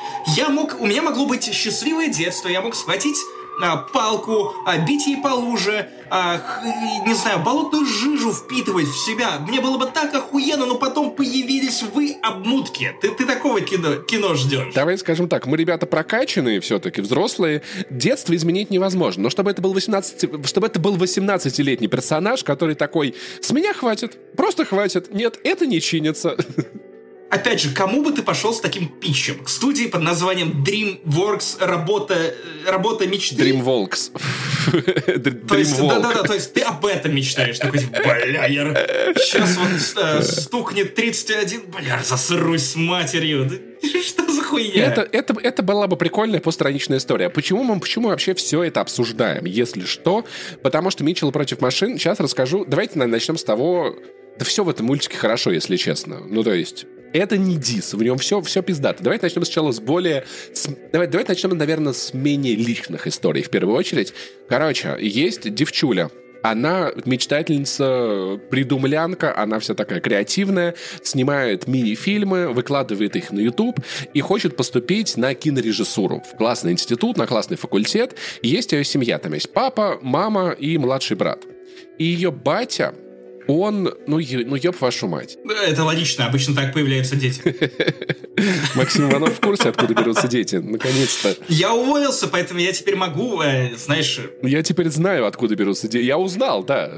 Я мог, у меня могло быть счастливое детство, я мог схватить а, палку, а, бить ей по луже, а, х, не знаю, болотную жижу впитывать в себя. Мне было бы так охуенно, но потом появились вы, обмутки. Ты, ты такого кино, кино ждешь. Давай скажем так, мы ребята прокачанные все-таки, взрослые. Детство изменить невозможно. Но чтобы это был восемнадцать, чтобы это был восемнадцатилетний персонаж, который такой, с меня хватит, просто хватит. Нет, это не чинится. Опять же, кому бы ты пошел с таким питчем? К студии под названием DreamWorks, работа, работа мечты? DreamWorks. Да-да-да, то есть ты об этом мечтаешь. Такой, бля, я сейчас вот э, стукнет тридцать один, бля, засрусь с матерью. Что за хуйня? Это, это, это была бы прикольная постраничная история. Почему мы, почему мы вообще все это обсуждаем, если что? Потому что Митчелл против машин, сейчас расскажу. Давайте начнем с того... Да все в этом мультике хорошо, если честно. Ну, то есть... Это не дис, в нем все, все пиздато. Давайте начнем сначала с более... С, давайте, давайте начнем, наверное, с менее личных историй, в первую очередь. Короче, есть девчуля. Она мечтательница, придумлянка, она вся такая креативная, снимает мини-фильмы, выкладывает их на YouTube и хочет поступить на кинорежиссуру в классный институт, на классный факультет. Есть ее семья, там есть папа, мама и младший брат. И ее батя... Он, ну, ё, ну ёб вашу мать. Это логично, обычно так появляются дети. Максим Иванов в курсе, откуда берутся дети, наконец-то. Я уволился, поэтому я теперь могу, э, знаешь... Я теперь знаю, откуда берутся дети. Я узнал, да.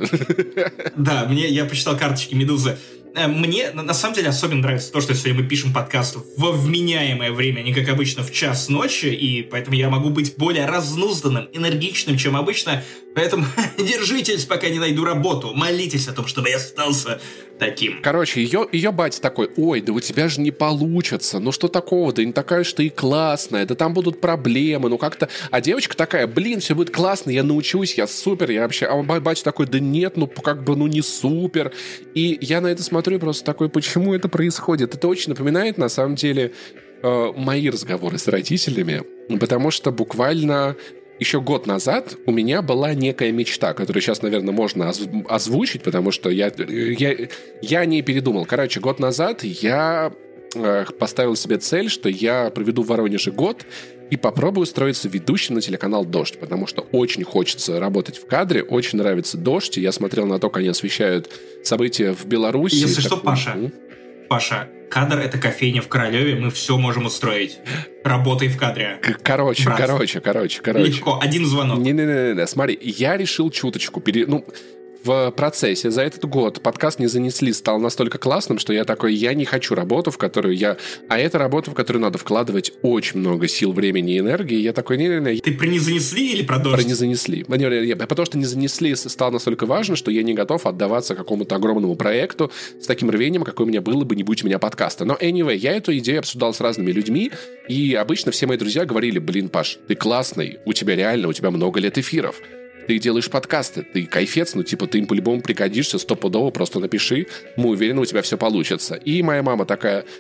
Да, мне, я почитал карточки Медузы. Мне, на самом деле, особенно нравится то, что сегодня мы пишем подкаст во вменяемое время, не как обычно в час ночи, и поэтому я могу быть более разнузданным, энергичным, чем обычно. Поэтому держитесь, пока не найду работу. Молитесь о том, чтобы я остался таким. Короче, ее, ее батя такой, ой, да у тебя же не получится, ну что такого, да не такая же ты и классная, да там будут проблемы, ну как-то... А девочка такая, блин, все будет классно, я научусь, я супер, я вообще... А батя такой, да нет, ну как бы, ну не супер. И я на это смотрю просто такой, почему это происходит? Это очень напоминает, на самом деле, э, мои разговоры с родителями, потому что буквально... Еще год назад у меня была некая мечта, которую сейчас, наверное, можно озвучить, потому что я, я, я не передумал. Короче, год назад я э, поставил себе цель, что я проведу в Воронеже год и попробую устроиться ведущим на телеканал «Дождь», потому что очень хочется работать в кадре, очень нравится «Дождь», и я смотрел на то, как они освещают события в Беларуси. Если что, так... Паша, Паша, кадр — это кофейня в Королеве, мы все можем устроить. Работай в кадре. Короче, Брат. короче, короче, короче. Легко, один звонок. Не-не-не, смотри, я решил чуточку пере... Ну, в процессе за этот год подкаст «Не занесли» стал настолько классным, что я такой, я не хочу работу, в которую я... А это работа, в которую надо вкладывать очень много сил, времени и энергии. Я такой, не-не-не. Ты про «Не занесли» или про «Дождь»? Про «Не занесли». Потому что «Не занесли» стало настолько важно, что я не готов отдаваться какому-то огромному проекту с таким рвением, какое у меня было бы, не будь у меня подкаста. Но anyway, я эту идею обсуждал с разными людьми, и обычно все мои друзья говорили, блин, Паш, ты классный, у тебя реально, у тебя много лет эфиров. Ты делаешь подкасты, ты кайфец, ну, типа, ты им по-любому пригодишься, стопудово, просто напиши, мы уверены, у тебя все получится. И моя мама такая,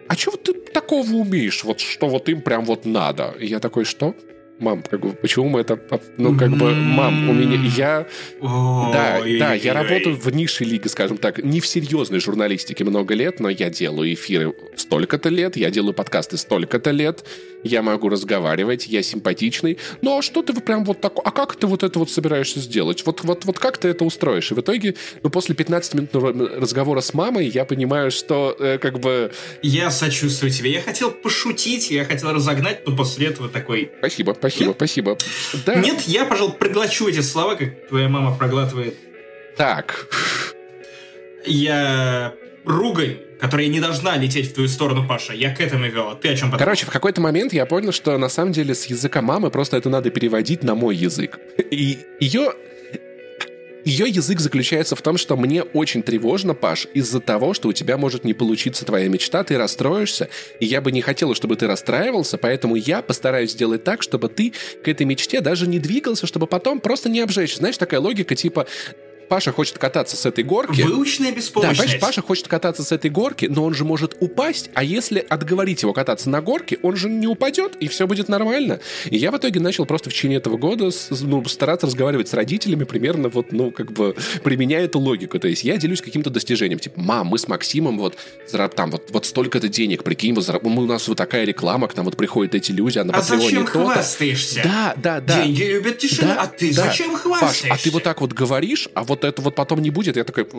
а что вот ты такого умеешь, вот что вот им прям вот надо? И я такой, что? Мам, как бы, почему мы это... Ну, как бы, мам, у меня... Я... Да, да, я работаю в нише лиги, скажем так, не в серьезной журналистике много лет, но я делаю эфиры столько-то лет, я делаю подкасты столько-то лет, я могу разговаривать, я симпатичный. Ну, а что ты прям вот такой... А как ты вот это вот собираешься сделать? Вот, вот, вот как ты это устроишь? И в итоге, ну, после пятнадцатиминутного разговора с мамой я понимаю, что э, как бы... Я сочувствую тебе. Я хотел пошутить, я хотел разогнать, но после этого такой... Спасибо, спасибо, Нет? спасибо. Да. Нет, я, пожалуй, проглочу эти слова, как твоя мама проглатывает. Так. Я... Ругань, которая не должна лететь в твою сторону, Паша. Я к этому вел. А ты о чем подумал? Короче, в какой-то момент я понял, что на самом деле с языка мамы просто это надо переводить на мой язык. И ее... Ее язык заключается в том, что мне очень тревожно, Паш, из-за того, что у тебя может не получиться твоя мечта, ты расстроишься, и я бы не хотела, чтобы ты расстраивался, поэтому я постараюсь сделать так, чтобы ты к этой мечте даже не двигался, чтобы потом просто не обжечься. Знаешь, такая логика типа... Паша хочет кататься с этой горки. Выученная беспомощность. Да, понимаешь, Паша хочет кататься с этой горки, но он же может упасть, а если отговорить его кататься на горке, он же не упадет, и все будет нормально. И я в итоге начал просто в течение этого года ну, стараться разговаривать с родителями примерно вот, ну, как бы применяя эту логику. То есть я делюсь каким-то достижением. Типа, мам, мы с Максимом вот там вот, вот столько-то денег, прикинь, вот, у нас вот такая реклама, к нам вот приходят эти люди, а на А зачем то-то. хвастаешься? Да, да, да. Деньги любят тишину, да, а ты да. зачем хвастаешься? Паш, а ты вот так вот говоришь, а вот это вот потом не будет. Я такой,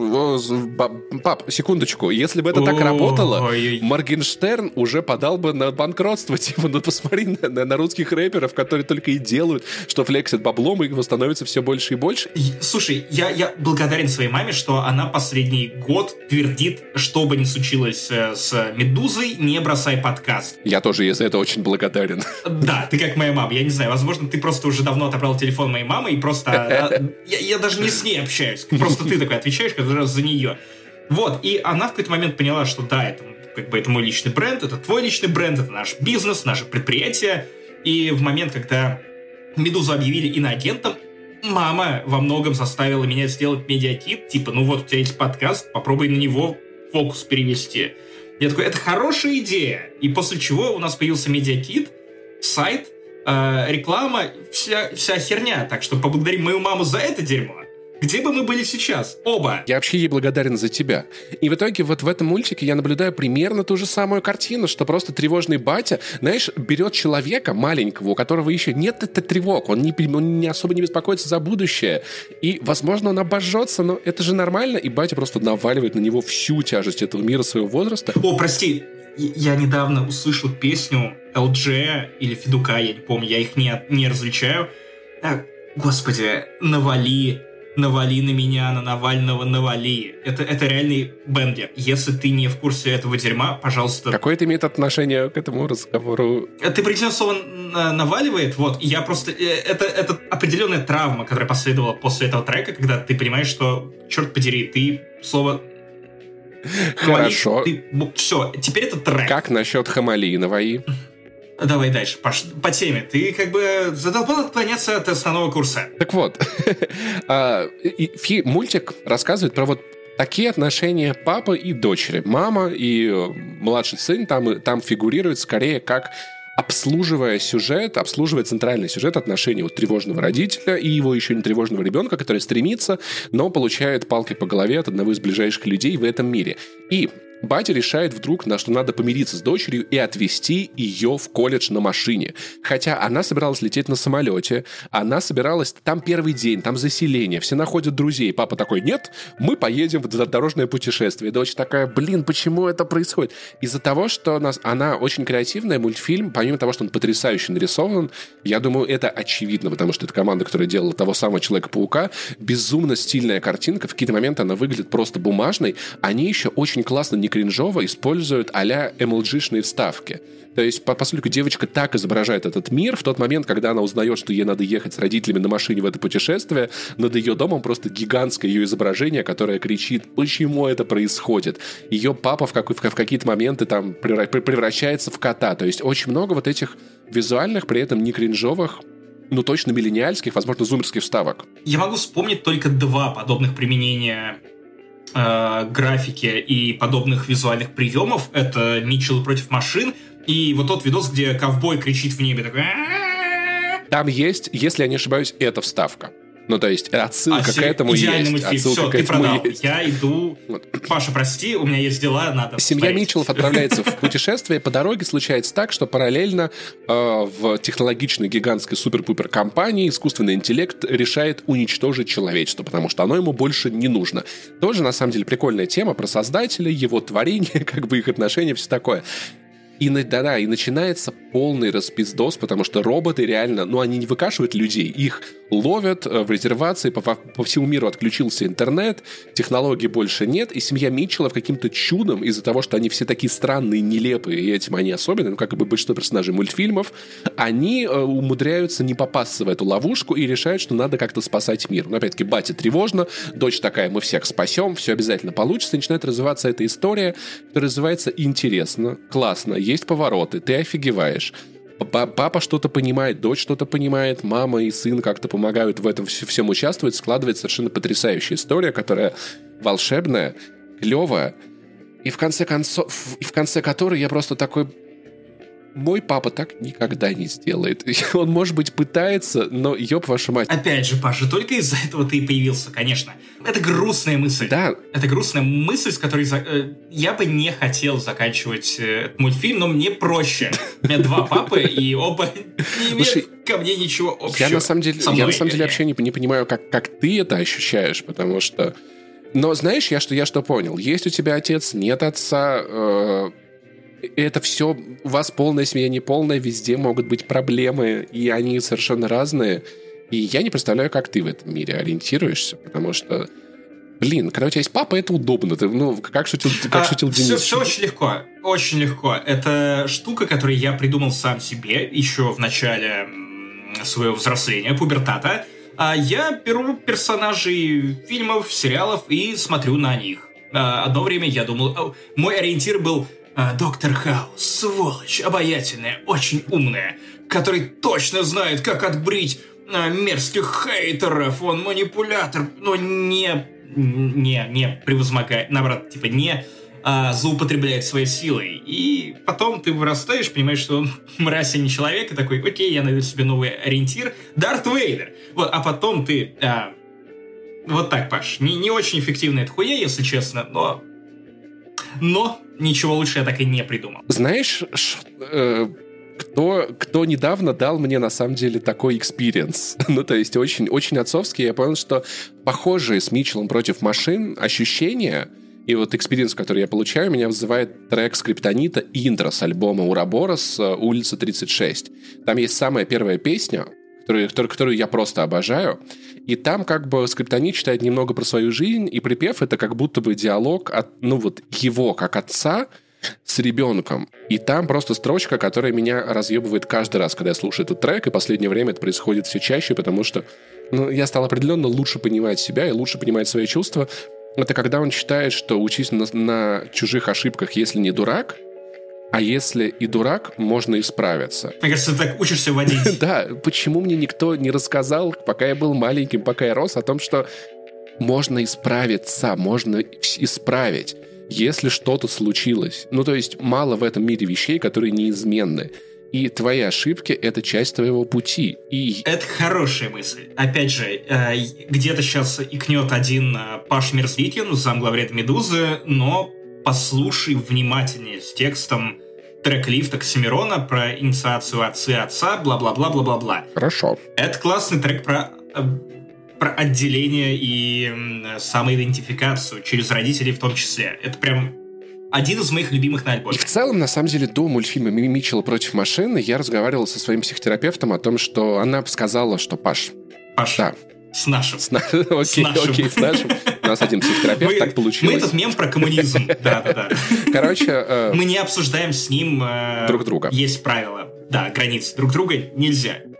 пап, секундочку, если бы это так работало, Моргенштерн уже подал бы на банкротство. Типа, ну посмотри на, на, на русских рэперов, которые только и делают, что флексят баблом, и его становится все больше и больше. Слушай, я, я благодарен своей маме, что она последний год твердит, что бы ни случилось с «Медузой», не бросай подкаст. Я тоже ей за это очень благодарен. Да, ты как моя мама. Я не знаю, возможно, ты просто уже давно отобрал телефон моей мамы, и просто... Я даже не с ней общаюсь. Просто ты такой отвечаешь каждый раз за нее. Вот, и она в какой-то момент поняла, что да, это, как бы, это мой личный бренд, это твой личный бренд, это наш бизнес, наше предприятие. И в момент, когда «Медузу» объявили иноагентом, мама во многом заставила меня сделать медиакит. Типа, ну вот, у тебя есть подкаст, попробуй на него фокус перевести. Я такой, это хорошая идея. И после чего у нас появился медиакит, сайт, э, реклама, вся, вся херня. Так что поблагодарим мою маму за это дерьмо. Где бы мы были сейчас? Оба. Я вообще ей благодарен за тебя. И в итоге вот в этом мультике я наблюдаю примерно ту же самую картину, что просто тревожный батя, знаешь, берет человека маленького, у которого еще нет этой тревог, он не, он не особо не беспокоится за будущее, и, возможно, он обожжется, но это же нормально, и батя просто наваливает на него всю тяжесть этого мира своего возраста. О, прости, я недавно услышал песню эл джи или Федука, я не помню, я их не, не различаю. А, господи, навали... Навали на меня, на Навального, навали. Это, это реальный бенгер. Если ты не в курсе этого дерьма, пожалуйста... Какое это имеет отношение к этому разговору? Ты произнес слово «наваливает», вот, я просто... Это, это определенная травма, которая последовала после этого трека, когда ты понимаешь, что, черт подери, ты слово... Хорошо. Ты, все, теперь это трек. Как насчет Хамали, наваи? Давай дальше, Паш, по теме. Ты как бы задолбал отклоняться от основного курса. Так вот, мультик рассказывает про вот такие отношения папы и дочери. Мама и младший сын там, там фигурируют скорее как обслуживая сюжет, обслуживая центральный сюжет отношений вот тревожного родителя и его еще не тревожного ребенка, который стремится, но получает палкой по голове от одного из ближайших людей в этом мире. И батя решает вдруг, что надо помириться с дочерью и отвезти ее в колледж на машине. Хотя она собиралась лететь на самолете, она собиралась... Там первый день, там заселение, все находят друзей. Папа такой, нет, мы поедем в дорожное путешествие. Дочь такая, блин, почему это происходит? Из-за того, что нас... она очень креативная, мультфильм, помимо того, что он потрясающе нарисован, я думаю, это очевидно, потому что это команда, которая делала того самого Человека-паука, безумно стильная картинка, в какие-то моменты она выглядит просто бумажной. Они еще очень классно не кринжово используют а-ля эм эл джи-шные вставки. То есть, поскольку девочка так изображает этот мир, в тот момент, когда она узнает, что ей надо ехать с родителями на машине в это путешествие, над ее домом просто гигантское ее изображение, которое кричит, почему это происходит. Ее папа в, как, в, в какие-то моменты там превращается в кота. То есть, очень много вот этих визуальных, при этом не кринжовых, ну точно миллениальских, возможно, зумерских вставок. Я могу вспомнить только два подобных применения э, графики и подобных визуальных приемов. Это «Митчелл против машин». И вот тот видос, где ковбой кричит в небе такой... Там есть, если я не ошибаюсь, эта вставка. Ну, то есть, отсылка а, к этому есть. Мультфильм. Все, ты продал. Есть. Я иду... Вот. Паша, прости, у меня есть дела, надо... Семья смотреть. Митчеллов отправляется в путешествие. По дороге случается так, что параллельно э, в технологичной гигантской супер-пупер компании искусственный интеллект решает уничтожить человечество, потому что оно ему больше не нужно. Тоже, на самом деле, прикольная тема про создателя, его творение, как бы их отношения, все такое. И, да-да, и начинается полный распиздос, потому что роботы реально, ну, они не выкашивают людей, их ловят в резервации, по, по всему миру отключился интернет, технологий больше нет, и семья Митчеллов каким-то чудом, из-за того, что они все такие странные, нелепые, и этим они особенные, ну, как и большинство персонажей мультфильмов, они э, умудряются не попасться в эту ловушку и решают, что надо как-то спасать мир. Но, опять-таки, батя тревожно, дочь такая, мы всех спасем, все обязательно получится, и начинает развиваться эта история, которая называется «Интересно», «Классно», есть повороты, ты офигеваешь. Папа что-то понимает, дочь что-то понимает, мама и сын как-то помогают в этом всем участвовать. Складывается совершенно потрясающая история, которая волшебная, клевая. И в конце концов, и в конце которой я просто такой... Мой папа так никогда не сделает. Он, может быть, пытается, но ёб вашу мать. Опять же, Паша, только из-за этого ты и появился, конечно. Это грустная мысль. Да. Это грустная мысль, с которой за... я бы не хотел заканчивать этот мультфильм, но мне проще. У меня два папы, и оба не имеют Слушай, ко мне ничего общего. Я на самом деле, мной, я, на самом деле вообще не, не понимаю, как, как ты это ощущаешь, потому что... Но знаешь, я что, я что понял? Есть у тебя отец, нет отца... Э... Это все, у вас полная семья, не полная, везде могут быть проблемы, и они совершенно разные. И я не представляю, как ты в этом мире ориентируешься, потому что, блин, когда у тебя есть папа, это удобно. Ты, ну, как шутил, как а, шутил Денис. Все, все очень легко, очень легко. Это штука, которую я придумал сам себе еще в начале своего взросления, пубертата. А я беру персонажей фильмов, сериалов и смотрю на них. Одно время я думал, мой ориентир был... Доктор Хаус, сволочь, обаятельная, очень умная, который точно знает, как отбрить а, мерзких хейтеров. Он манипулятор, но не, не, не превозмогает, наоборот, типа не а, злоупотребляет своей силой. И потом ты вырастаешь, понимаешь, что он мразь, а не человек, и такой, окей, я найду себе новый ориентир, Дарт Вейдер. Вот, а потом ты... А, вот так, Паш, не, не очень эффективная эта хуйня, если честно, но... Но ничего лучше я так и не придумал. Знаешь, ш, э, кто, кто недавно дал мне, на самом деле, такой экспириенс? Ну, то есть, очень, очень отцовский. Я понял, что похожие с Митчеллом против машин ощущения и вот экспириенс, который я получаю, меня вызывает трек Скриптонита интро с альбома Ураборос «Улица тридцать шесть». Там есть самая первая песня, которую, которую я просто обожаю. И там как бы Скриптонит читает немного про свою жизнь, и припев — это как будто бы диалог от, ну вот, его как отца с ребенком. И там просто строчка, которая меня разъебывает каждый раз, когда я слушаю этот трек, и в последнее время это происходит все чаще, потому что ну, я стал определенно лучше понимать себя и лучше понимать свои чувства. Это когда он считает, что учись на, на чужих ошибках, если не дурак, а если и дурак, можно исправиться. Мне кажется, ты так учишься водить. Да, почему мне никто не рассказал, пока я был маленьким, пока я рос, о том, что можно исправиться, можно исправить, если что-то случилось. Ну, то есть мало в этом мире вещей, которые неизменны. И твои ошибки — это часть твоего пути. И... Это хорошая мысль. Опять же, где-то сейчас икнет один Паш Мерзликин, замглавреда «Медузы», но послушай внимательнее с текстом трек-лифта Оксимирона про инициацию отца и отца, бла-бла-бла-бла-бла-бла. Хорошо. Это классный трек про, про отделение и самоидентификацию через родителей в том числе. Это прям один из моих любимых на альбоме. И в целом, на самом деле, до мультфильма «Митчелл против машины» я разговаривал со своим психотерапевтом о том, что она сказала, что Паш... Паш, да. с нашим. С на... окей, с нашим. Окей, с нашим. У нас один психотерапевт, мы, так получилось. Мы этот мем про коммунизм. Да-да-да. Короче... Э... Мы не обсуждаем с ним... Э... Друг друга. Есть правила. Да, границы. Друг друга нельзя.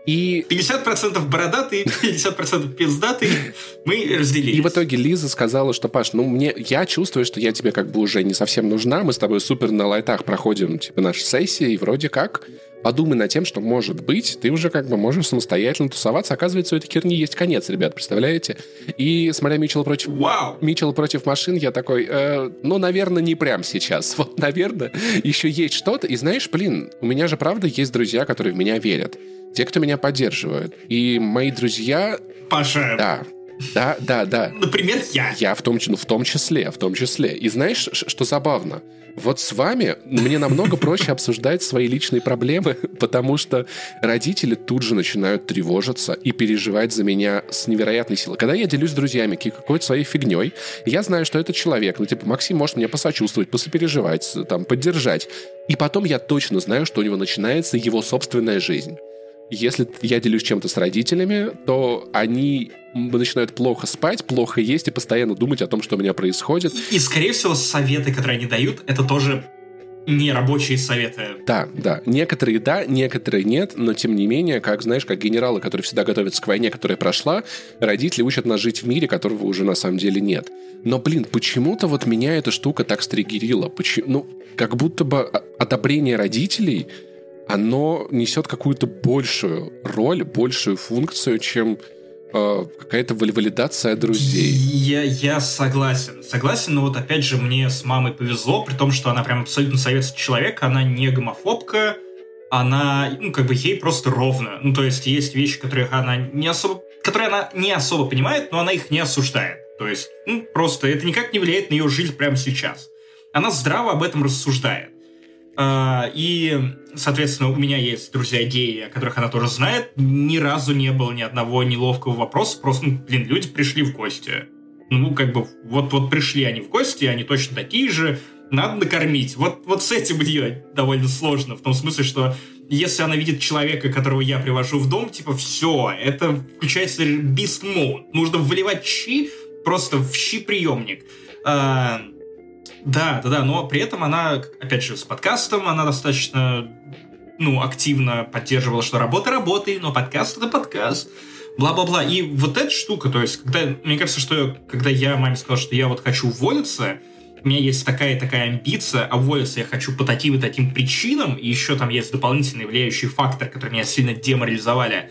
И... пятьдесят процентов бородатый, пятьдесят процентов пиздатый. Мы разделились. И в итоге Лиза сказала, что, Паш, ну, мне, я чувствую, что я тебе как бы уже не совсем нужна. Мы с тобой супер на лайтах проходим, типа, наши сессии, и вроде как подумай над тем, что, может быть, ты уже как бы можешь самостоятельно тусоваться. Оказывается, у этой херни есть конец, ребят, представляете? И смотря Митчелл против... Вау! Митчелл против машин, я такой, э, ну, наверное, не прямо сейчас. Вот, наверное, еще есть что-то. И знаешь, блин, у меня же, правда, есть друзья, которые в меня верят. Те, кто меня поддерживают. И мои друзья... Паша... Да, да, да, да. Например, я. Я в том, ну, в том числе, в том числе. И знаешь, что забавно? Вот с вами мне намного проще обсуждать свои личные проблемы, потому что родители тут же начинают тревожиться и переживать за меня с невероятной силой. Когда я делюсь с друзьями какой-то своей фигней, я знаю, что этот человек, ну, типа, Максим может мне посочувствовать, посопереживать, там, поддержать. И потом я точно знаю, что у него начинается его собственная жизнь. Если я делюсь чем-то с родителями, то они начинают плохо спать, плохо есть и постоянно думать о том, что у меня происходит. И, скорее всего, советы, которые они дают, это тоже не рабочие советы. Да, да. Некоторые да, некоторые нет, но тем не менее, как, знаешь, как генералы, которые всегда готовятся к войне, которая прошла, родители учат нас жить в мире, которого уже на самом деле нет. Но, блин, почему-то вот меня эта штука так стригерила. Почему? Ну, как будто бы одобрение родителей... оно несет какую-то большую роль, большую функцию, чем э, какая-то валидация друзей. Я, я согласен. Согласен, но вот опять же мне с мамой повезло, при том, что она прям абсолютно советский человек, она не гомофобка, она, ну, как бы ей просто ровно. Ну, то есть есть вещи, которых она не особо, которые она не особо понимает, но она их не осуждает. То есть, ну, просто это никак не влияет на ее жизнь прямо сейчас. Она здраво об этом рассуждает. Uh, и, соответственно, у меня есть друзья геи, о которых она тоже знает. Ни разу не было ни одного неловкого вопроса. Просто, ну, блин, люди пришли в гости. Ну, как бы, вот-вот пришли они в гости, они точно такие же. Надо накормить. Вот, вот с этим ее довольно сложно. В том смысле, что если она видит человека, которого я привожу в дом, типа, все, это включается beast mode. Нужно выливать щи просто в щи-приемник. Uh, Да, да, да, но при этом она, опять же, с подкастом, она достаточно, ну, активно поддерживала, что работа работает, но подкаст — это подкаст, бла-бла-бла. И вот эта штука, то есть, когда, мне кажется, что когда я маме сказал, что я вот хочу уволиться, у меня есть такая и такая амбиция, а уволиться я хочу по таким и таким причинам, и еще там есть дополнительный влияющий фактор, который меня сильно деморализовали,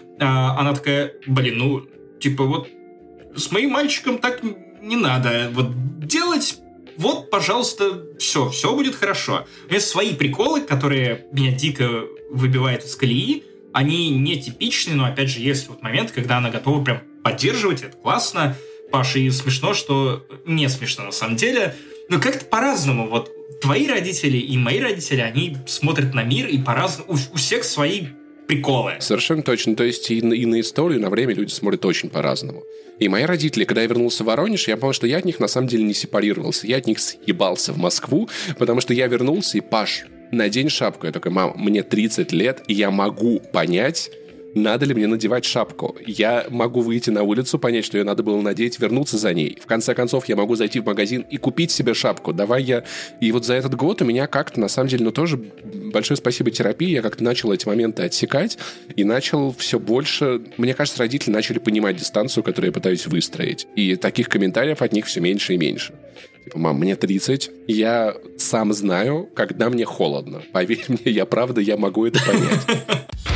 а, она такая, блин, ну, типа вот с моим мальчиком так не надо вот делать. Вот, пожалуйста, все, все будет хорошо. У меня свои приколы, которые меня дико выбивают из колеи, они не типичные, но, опять же, есть вот момент, когда она готова прям поддерживать, это классно. Паша, и смешно, что... Не смешно, на самом деле, но как-то по-разному. Вот твои родители и мои родители, они смотрят на мир, и по-разному... У, у всех свои приколы. Совершенно точно. То есть и на, и на историю, и на время люди смотрят очень по-разному. И мои родители, когда я вернулся в Воронеж, я понял, что я от них на самом деле не сепарировался. Я от них съебался в Москву, потому что я вернулся, и Паш, надень шапку. Я такой, мам, мне тридцать лет, и я могу понять, надо ли мне надевать шапку. Я могу выйти на улицу, понять, что ее надо было надеть, вернуться за ней. В конце концов, я могу зайти в магазин и купить себе шапку. Давай я... И вот за этот год у меня как-то, на самом деле, ну тоже большое спасибо терапии, я как-то начал эти моменты отсекать и начал все больше... Мне кажется, родители начали понимать дистанцию, которую я пытаюсь выстроить. И таких комментариев от них все меньше и меньше. Типа, мам, мне тридцать, я сам знаю, когда мне холодно. Поверь мне, я правда, я могу это понять.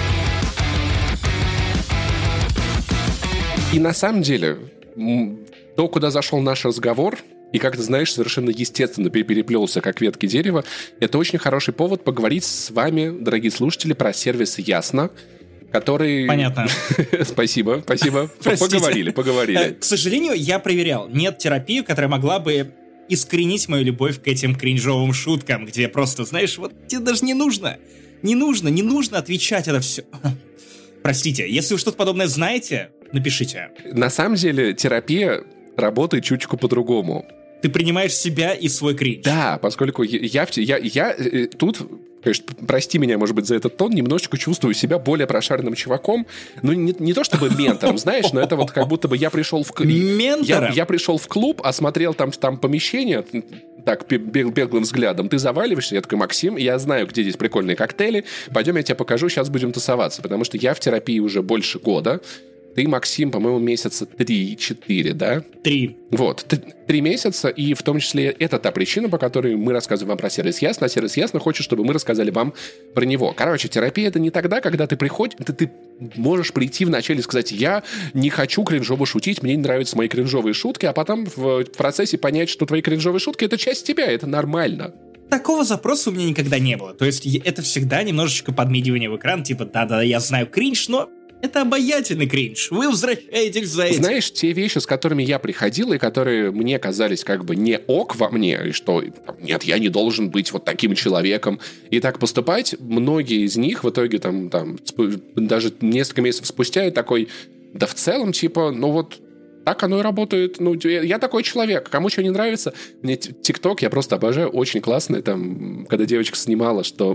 И на самом деле, то, куда зашел наш разговор, и, как ты знаешь, совершенно естественно переплелся, как ветки дерева, это очень хороший повод поговорить с вами, дорогие слушатели, про сервис «Ясно», который... Понятно. Спасибо, спасибо. Поговорили, поговорили. К сожалению, я проверял. Нет терапии, которая могла бы искоренить мою любовь к этим кринжовым шуткам, где просто, знаешь, вот тебе даже не нужно, не нужно, не нужно отвечать это все. Простите, если вы что-то подобное знаете, напишите. На самом деле терапия работает чуточку по-другому. Ты принимаешь себя и свой кринж. Да, поскольку я, я, я, я тут, конечно, прости меня, может быть, за этот тон, немножечко чувствую себя более прошаренным чуваком. Ну, не, не то чтобы ментором, знаешь, но это вот как будто бы я пришел в... Ментором? Я, я пришел в клуб, осмотрел там, там помещение, так бег, беглым взглядом, ты заваливаешься, я такой: Максим, я знаю, где здесь прикольные коктейли, пойдем я тебе покажу, сейчас будем тусоваться, потому что я в терапии уже больше года. Ты, Максим, по-моему, месяца три-четыре, да? Три. Вот, три месяца, и в том числе это та причина, по которой мы рассказываем вам про сервис Ясно, а сервис Ясно хочет, чтобы мы рассказали вам про него. Короче, терапия — это не тогда, когда ты приходишь, ты, ты можешь прийти вначале и сказать: я не хочу кринжово шутить, мне не нравятся мои кринжовые шутки, а потом в процессе понять, что твои кринжовые шутки — это часть тебя, это нормально. Такого запроса у меня никогда не было. То есть это всегда немножечко подмигивание в экран, типа: да-да, я знаю кринж, но... это обаятельный кринж. Вы возвращаетесь за этим. Знаешь, те вещи, с которыми я приходил, и которые мне казались как бы не ок во мне, и что нет, я не должен быть вот таким человеком и так поступать, многие из них в итоге там, там даже несколько месяцев спустя я такой: да в целом, типа, ну вот так оно и работает. Ну, я такой человек. Кому что не нравится. Мне ТикТок я просто обожаю. Очень классный. Там, когда девочка снимала, что...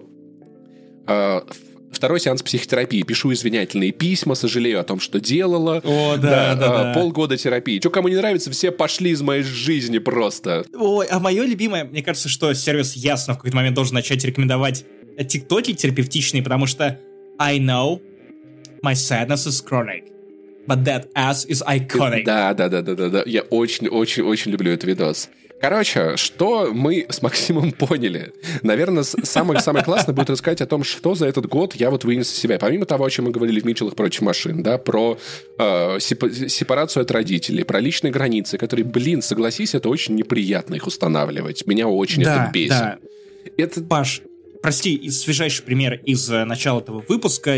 Э, Второй сеанс психотерапии. Пишу извинительные письма, сожалею о том, что делала. О, да, да, да, да. Полгода терапии. Что, кому не нравится, все пошли из моей жизни просто. Ой, а мое любимое, мне кажется, что сервис Ясно в какой-то момент должен начать рекомендовать тиктоки терапевтичные, потому что I know my sadness is chronic, but that ass is iconic. Да, да, да, да, да, да. Я очень-очень-очень люблю этот видос. Короче, что мы с Максимом поняли? Наверное, самое-самое классное будет рассказать о том, что за этот год я вот вынес из себя. Помимо того, о чем мы говорили в «Митчеллах против машин», да, про э, сепарацию от родителей, про личные границы, которые, блин, согласись, это очень неприятно их устанавливать. Меня очень да, это бесит. Да. Это... Паш, прости, свежайший пример из uh, начала этого выпуска.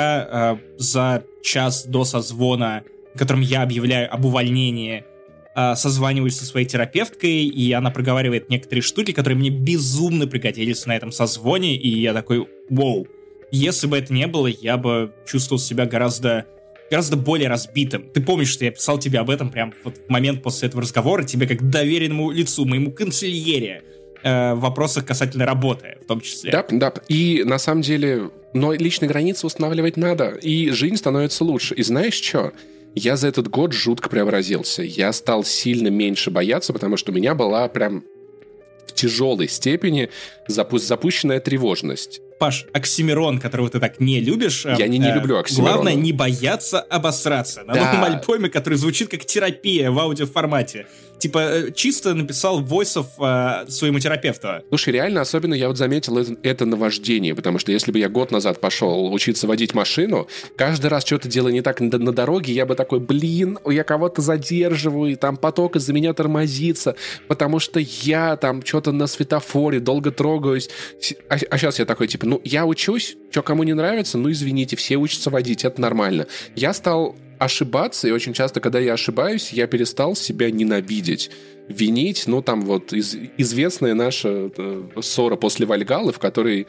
Я uh, за час до созвона, в котором я объявляю об увольнении, созваниваюсь со своей терапевткой, и она проговаривает некоторые штуки, которые мне безумно пригодились на этом созвоне, и я такой: вау, если бы это не было, я бы чувствовал себя гораздо, гораздо более разбитым. Ты помнишь, что я писал тебе об этом прям вот в момент после этого разговора, тебе как доверенному лицу, моему консильере, э, в вопросах касательно работы, в том числе. Да, да, и на самом деле, но личные границы устанавливать надо, и жизнь становится лучше. И знаешь что? Я за этот год жутко преобразился. Я стал сильно меньше бояться, потому что у меня была прям в тяжелой степени запу- запущенная тревожность. Паш, оксимирон, которого ты так не любишь. Я не, не э, люблю оксимирон. Главное не бояться обосраться. На да. новом альбоме, который звучит как терапия в аудиоформате. Типа, чисто написал войсов э, своему терапевту. Слушай, реально, особенно я вот заметил это, это на вождении, потому что если бы я год назад пошел учиться водить машину, каждый раз что-то делаю не так на, на дороге, я бы такой: блин, я кого-то задерживаю, и там поток из-за меня тормозится, потому что я там что-то на светофоре долго трогаюсь. А, а сейчас я такой, типа, ну, я учусь, что кому не нравится, ну, извините, все учатся водить, это нормально. Я стал ошибаться, и очень часто, когда я ошибаюсь, я перестал себя ненавидеть, винить. Ну, там вот из, известная наша э, ссора после Вальгаллы, в которой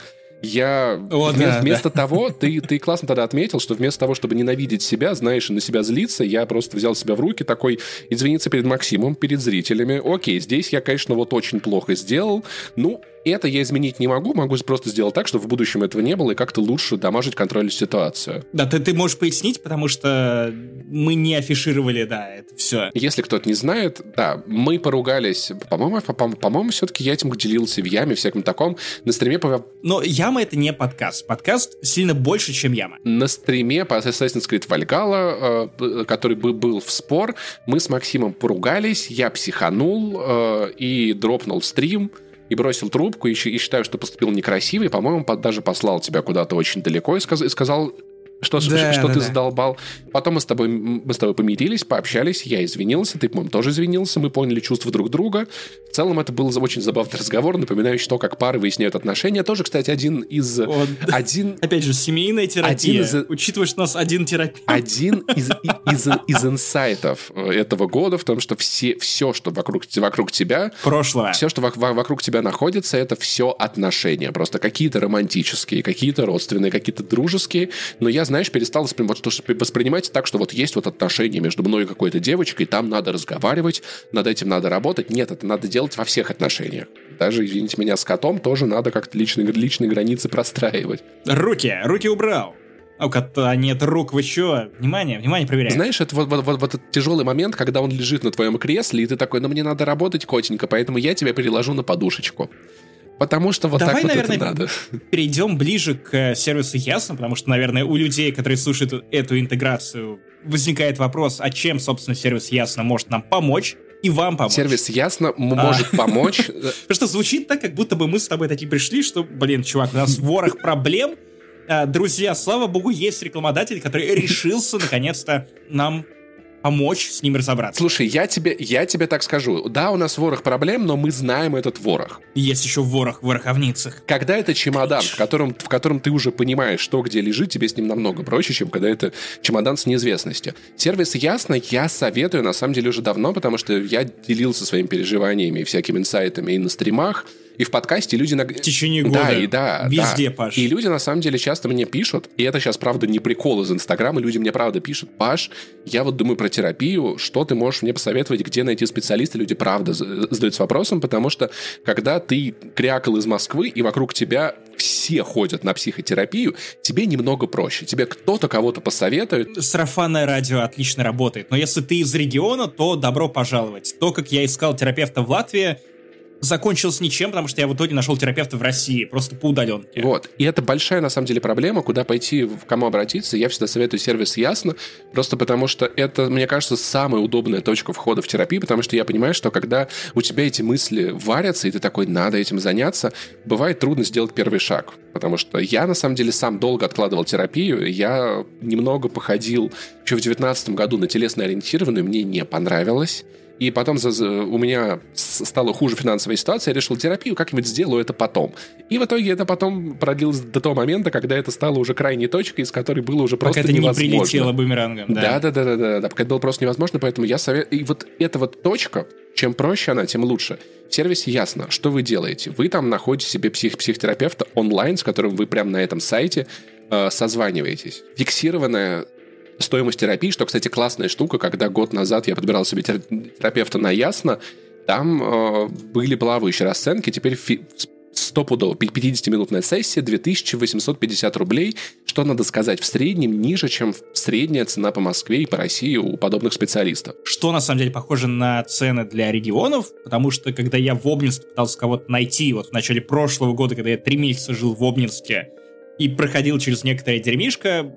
я О, вместо, да, вместо да. того, ты, ты классно тогда отметил, что вместо того, чтобы ненавидеть себя, знаешь, и на себя злиться, я просто взял себя в руки, такой: извиниться перед Максимом, перед зрителями. Окей, здесь я, конечно, вот очень плохо сделал. Ну, это я изменить не могу, могу просто сделать так, чтобы в будущем этого не было, и как-то лучше дамажить контроль ситуацию. Да, ты, ты можешь пояснить, потому что мы не афишировали, да, это все. Если кто-то не знает, да, мы поругались. По-моему, по- по-моему, все-таки я этим делился в Яме, всяком таком. На стриме... По... Но Яма — это не подкаст. Подкаст сильно больше, чем Яма. На стриме по Assassin's Creed Valhalla, э, который был в спор, мы с Максимом поругались, я психанул э, и дропнул стрим, и бросил трубку, и, и считаю, что поступил некрасиво, и, по-моему, даже послал тебя куда-то очень далеко и, сказ- и сказал, что, да, что да, ты да. задолбал. Потом мы с, тобой, мы с тобой помирились, пообщались, я извинился, ты, по-моему, тоже извинился, мы поняли чувства друг друга. В целом, это был очень забавный разговор, напоминающий то, как пары выясняют отношения. Тоже, кстати, один из... Вот. Один, Опять же, семейная терапия. Один из, учитывая, что у нас один терапевт. Один из, из, из инсайтов этого года в том, что все, все, что вокруг, вокруг тебя... Прошлое. Все, что вокруг тебя находится, это все отношения. Просто какие-то романтические, какие-то родственные, какие-то дружеские. Но я, знаешь, перестал воспринимать так, что вот есть вот отношения между мной и какой-то девочкой, там надо разговаривать, над этим надо работать. Нет, это надо делать во всех отношениях. Даже, извините меня, с котом тоже надо как-то личные, личные границы простраивать. Руки, руки убрал. У кота нет рук, вы чё? Внимание, внимание, проверяем. Знаешь, это вот, вот, вот, вот этот тяжелый момент, когда он лежит на твоем кресле, и ты такой, ну мне надо работать, котенька, поэтому я тебя переложу на подушечку. Потому что вот Давай, так вот наверное, это надо. перейдем ближе к сервису Ясно, потому что, наверное, у людей, которые слушают эту интеграцию, возникает вопрос, а чем, собственно, сервис Ясно может нам помочь и вам помочь. Сервис Ясно может а. помочь. Потому что звучит так, как будто бы мы с тобой такие пришли, что, блин, чувак, у нас ворох проблем. Друзья, слава богу, есть рекламодатель, который решился, наконец-то, нам помочь с ним разобраться. Слушай, я тебе, я тебе так скажу. Да, у нас ворох проблем, но мы знаем этот ворох. Есть еще ворох в вороховницах. Когда это чемодан, в котором, в котором ты уже понимаешь, что где лежит, тебе с ним намного проще, чем когда это чемодан с неизвестностью. Сервис Ясно я советую, на самом деле, уже давно, потому что я делился своими переживаниями и всякими инсайтами и на стримах, и в подкасте люди... В течение года. Да, и да. Везде, да. Паш. И люди, на самом деле, часто мне пишут, и это сейчас, правда, не прикол из Инстаграма, люди мне, правда, пишут: Паш, я вот думаю про терапию, что ты можешь мне посоветовать, где найти специалиста? Люди, правда, задаются вопросом, потому что, когда ты крякал из Москвы, и вокруг тебя все ходят на психотерапию, тебе немного проще. Тебе кто-то кого-то посоветует. Сарафанное радио отлично работает, но если ты из региона, то добро пожаловать. То, как я искал терапевта в Латвии, закончилось ничем, потому что я в итоге нашел терапевта в России, просто по удаленке. Вот. И это большая, на самом деле, проблема, куда пойти, к кому обратиться. Я всегда советую сервис Ясно, просто потому что это, мне кажется, самая удобная точка входа в терапию, потому что я понимаю, что когда у тебя эти мысли варятся, и ты такой, надо этим заняться, бывает трудно сделать первый шаг. Потому что я, на самом деле, сам долго откладывал терапию, я немного походил еще в девятнадцатом году на телесно-ориентированную, мне не понравилось. И потом у меня стала хуже финансовая ситуация, я решил, терапию как-нибудь сделаю это потом. И в итоге это потом продлилось до того момента, когда это стало уже крайней точкой, из которой было уже просто невозможно. Пока это невозможно. не прилетело бумерангом, да. Да-да-да, пока это было просто невозможно, поэтому я советую... И вот эта вот точка, чем проще она, тем лучше. В сервисе Ясно, что вы делаете. Вы там находите себе псих- психотерапевта онлайн, с которым вы прямо на этом сайте э, созваниваетесь. Фиксированная стоимость терапии, что, кстати, классная штука, когда год назад я подбирал себе терапевта на Ясно, там э, были плавающие расценки, теперь фи- стопудово пятидесятиминутная сессия, две тысячи восемьсот пятьдесят рублей, что, надо сказать, в среднем ниже, чем средняя цена по Москве и по России у подобных специалистов. Что, на самом деле, похоже на цены для регионов, потому что, когда я в Обнинске пытался кого-то найти, вот в начале прошлого года, когда я три месяца жил в Обнинске и проходил через некоторое дерьмишко,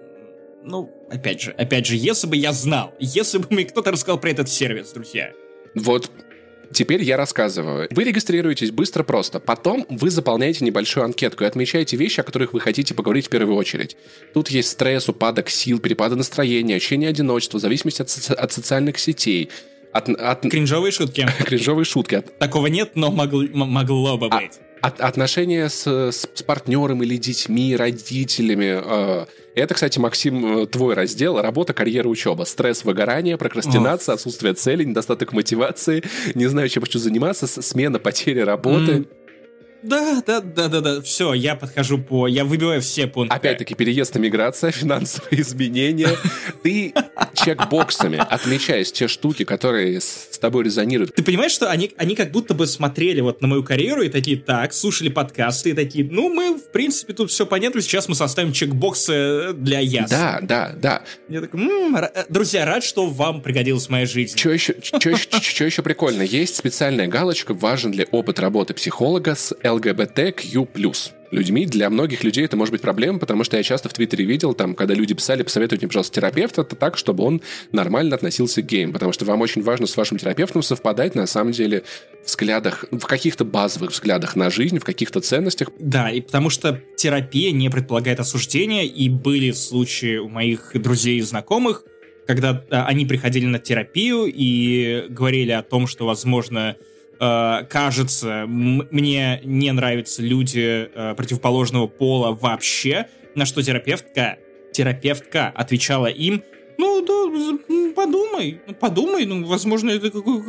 ну, опять же, опять же, если бы я знал, если бы мне кто-то рассказал про этот сервис, друзья. Вот теперь я рассказываю. Вы регистрируетесь быстро, просто. Потом вы заполняете небольшую анкетку и отмечаете вещи, о которых вы хотите поговорить в первую очередь. Тут есть стресс, упадок сил, перепады настроения, ощущение одиночества, зависимость от, соци- от социальных сетей. От, от... Кринжовые шутки. Кринжовые шутки. Такого нет, но могло, могло бы быть. От, отношения с, с, с партнером или детьми, родителями. Это, кстати, Максим, твой раздел. Работа, карьера, учеба. Стресс, выгорание, прокрастинация, О. отсутствие цели, недостаток мотивации, не знаю, чем хочу заниматься, смена, потеря работы. Mm. Да, да, да, да, да. Все, я подхожу по... Я выбиваю все пункты. Опять-таки, переезд, миграция, финансовые изменения. Ты чекбоксами отмечаешь те штуки, которые с тобой резонируют. Ты понимаешь, что они, они как будто бы смотрели вот на мою карьеру и такие, так, слушали подкасты и такие, ну, мы, в принципе, тут все понятно, сейчас мы составим чекбоксы для Ясно. Да, да, да. Я такой, м-м, р- друзья, рад, что вам пригодилась моя жизнь. Что еще, что еще, что еще прикольно? Есть специальная галочка, важен ли опыт работы психолога с эл гэ бэ тэ кью плюс людьми. Для многих людей это может быть проблема, потому что я часто в Твиттере видел, там, когда люди писали, посоветуйте мне, пожалуйста, терапевта, это так, чтобы он нормально относился к гейм, потому что вам очень важно с вашим терапевтом совпадать, на самом деле, в взглядах, в каких-то базовых взглядах на жизнь, в каких-то ценностях. Да, и потому что терапия не предполагает осуждения, и были случаи у моих друзей и знакомых, когда а, они приходили на терапию и говорили о том, что, возможно, Uh, кажется, м- мне не нравятся люди uh, противоположного пола вообще, на что терапевтка, терапевтка отвечала им, ну да, подумай, подумай, ну, возможно, это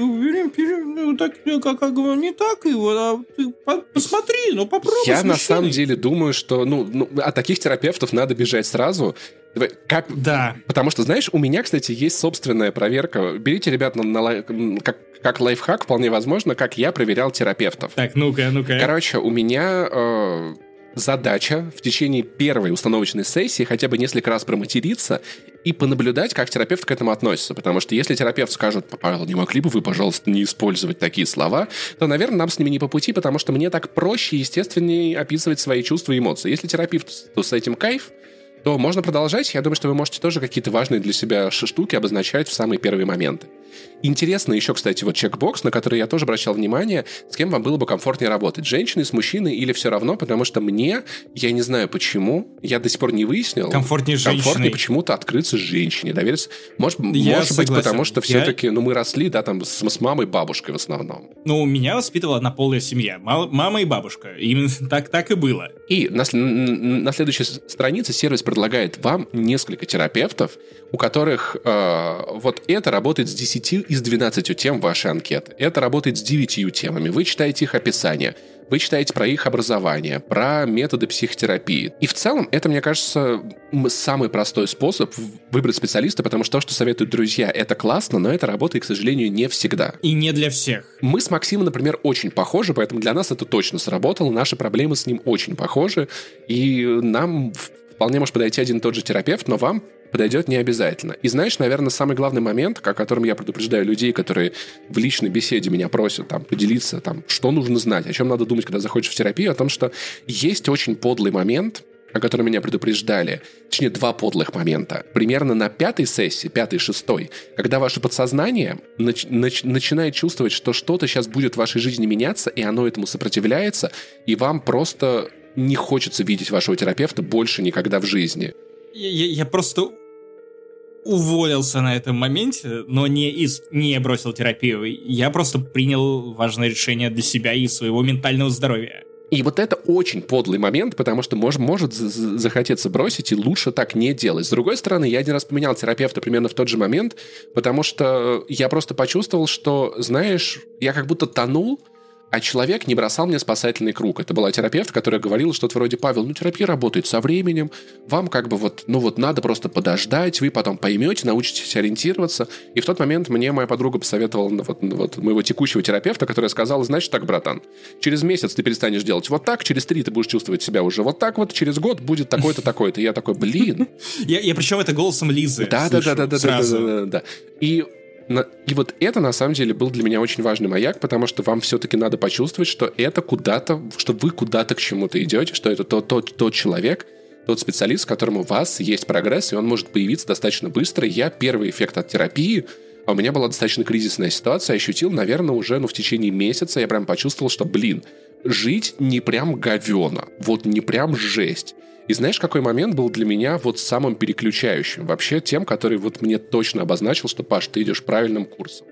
ну, так, как, как, не так, и вот, а ты посмотри, ну, попробуй. Я на самом деле думаю, что ну, ну, от таких терапевтов надо бежать сразу. Как... Да. Потому что, знаешь, у меня, кстати, есть собственная проверка. Берите, ребят, на, на, как, как лайфхак, вполне возможно, как я проверял терапевтов. Так, ну-ка, ну-ка. Короче, у меня... Э... задача в течение первой установочной сессии хотя бы несколько раз проматериться и понаблюдать, как терапевт к этому относится. Потому что если терапевт скажет: «Павел, не могли бы вы, пожалуйста, не использовать такие слова», то, наверное, нам с ними не по пути, потому что мне так проще и естественнее описывать свои чувства и эмоции. Если терапевт, то с этим кайф, то можно продолжать. Я думаю, что вы можете тоже какие-то важные для себя штуки обозначать в самые первые моменты. Интересно еще, кстати, вот чекбокс, на который я тоже обращал внимание, с кем вам было бы комфортнее работать, с женщиной, с мужчиной или все равно, потому что мне, я не знаю почему, я до сих пор не выяснил. Комфортнее с женщиной. Комфортнее почему-то открыться с женщиной, довериться. Может, может быть, потому что все-таки, ну, мы росли, да, там, с, с мамой, бабушкой в основном. Ну, меня воспитывала однополая семья. Мама и бабушка. Именно так, так и было. И на, на следующей странице сервис предлагает вам несколько терапевтов, у которых э, вот это работает с десятью из двенадцати тем вашей анкеты. Это работает с девятью темами. Вы читаете их описание, вы читаете про их образование, про методы психотерапии. И в целом это, мне кажется, самый простой способ выбрать специалиста, потому что то, что советуют друзья, это классно, но это работает, к сожалению, не всегда. И не для всех. Мы с Максимом, например, очень похожи, поэтому для нас это точно сработало. Наши проблемы с ним очень похожи, и нам вполне может подойти один и тот же терапевт, но вам подойдет не обязательно. И знаешь, наверное, самый главный момент, о котором я предупреждаю людей, которые в личной беседе меня просят там, поделиться, там, что нужно знать, о чем надо думать, когда заходишь в терапию, о том, что есть очень подлый момент, о котором меня предупреждали, точнее, два подлых момента. Примерно на пятой сессии, пятой, шестой, когда ваше подсознание нач- нач- начинает чувствовать, что что-то сейчас будет в вашей жизни меняться, и оно этому сопротивляется, и вам просто не хочется видеть вашего терапевта больше никогда в жизни. Я, я, я просто уволился на этом моменте, но не, из, не бросил терапию. Я просто принял важное решение для себя и своего ментального здоровья. И вот это очень подлый момент, потому что мож, может захотеться бросить, и лучше так не делать. С другой стороны, я один раз поменял терапевта примерно в тот же момент, потому что я просто почувствовал, что, знаешь, я как будто тонул, а человек не бросал мне спасательный круг. Это была терапевт, которая говорила что-то вроде: «Павел, ну терапия работает со временем, вам как бы вот, ну вот надо просто подождать, вы потом поймете, научитесь ориентироваться». И в тот момент мне моя подруга посоветовала вот, вот моего текущего терапевта, который сказал: «Значит так, братан, через месяц ты перестанешь делать вот так, через три ты будешь чувствовать себя уже вот так вот, через год будет такой-то, такой-то». И я такой: блин. Я, я причем это голосом Лизы. Да, да, да, да, да, да, да, да. И И вот это, на самом деле, был для меня очень важный маяк, потому что вам все-таки надо почувствовать, что это куда-то, что вы куда-то к чему-то идете, что это тот, тот, тот человек, тот специалист, с которым у вас есть прогресс, и он может появиться достаточно быстро. Я первый эффект от терапии, а у меня была достаточно кризисная ситуация, ощутил, наверное, уже ну, в течение месяца я прям почувствовал, что, блин, жить не прям говёно, вот не прям жесть. И знаешь, какой момент был для меня вот самым переключающим? Вообще тем, который вот мне точно обозначил, что, Паш, ты идешь правильным курсом.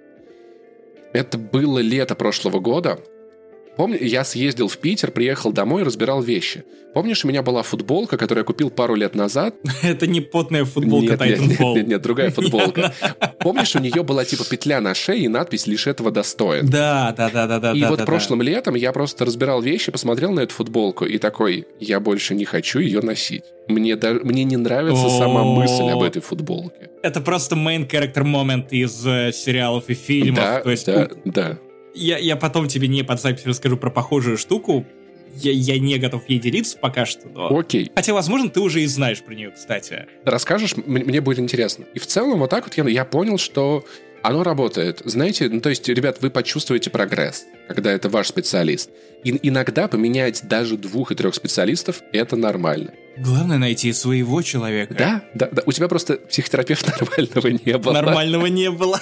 Это было лето прошлого года. Помню, я съездил в Питер, приехал домой, разбирал вещи. Помнишь, у меня была футболка, которую я купил пару лет назад? Это не потная футболка Titanfall. Нет, нет, нет, нет, другая футболка. Нет, помнишь, у нее была типа петля на шее и надпись «Лишь этого достоин». Да, да, да, да, да. И да, вот да, прошлым да. летом я просто разбирал вещи, посмотрел на эту футболку и такой: я больше не хочу ее носить. Мне, даже, мне не нравится О-о-о. сама мысль об этой футболке. Это просто main character moment из э, сериалов и фильмов. Да, То есть, да, да. Я, я потом тебе не под запись расскажу про похожую штуку. Я, я не готов ей делиться пока что. Но... Окей. Хотя, возможно, ты уже и знаешь про нее, кстати. Расскажешь, мне будет интересно. И в целом вот так вот я, я понял, что оно работает. Знаете, ну то есть, ребят, вы почувствуете прогресс, когда это ваш специалист. И иногда поменять даже двух и трех специалистов — это нормально. Главное найти своего человека. Да, да, да. У тебя просто психотерапевта нормального не было. Нормального не было.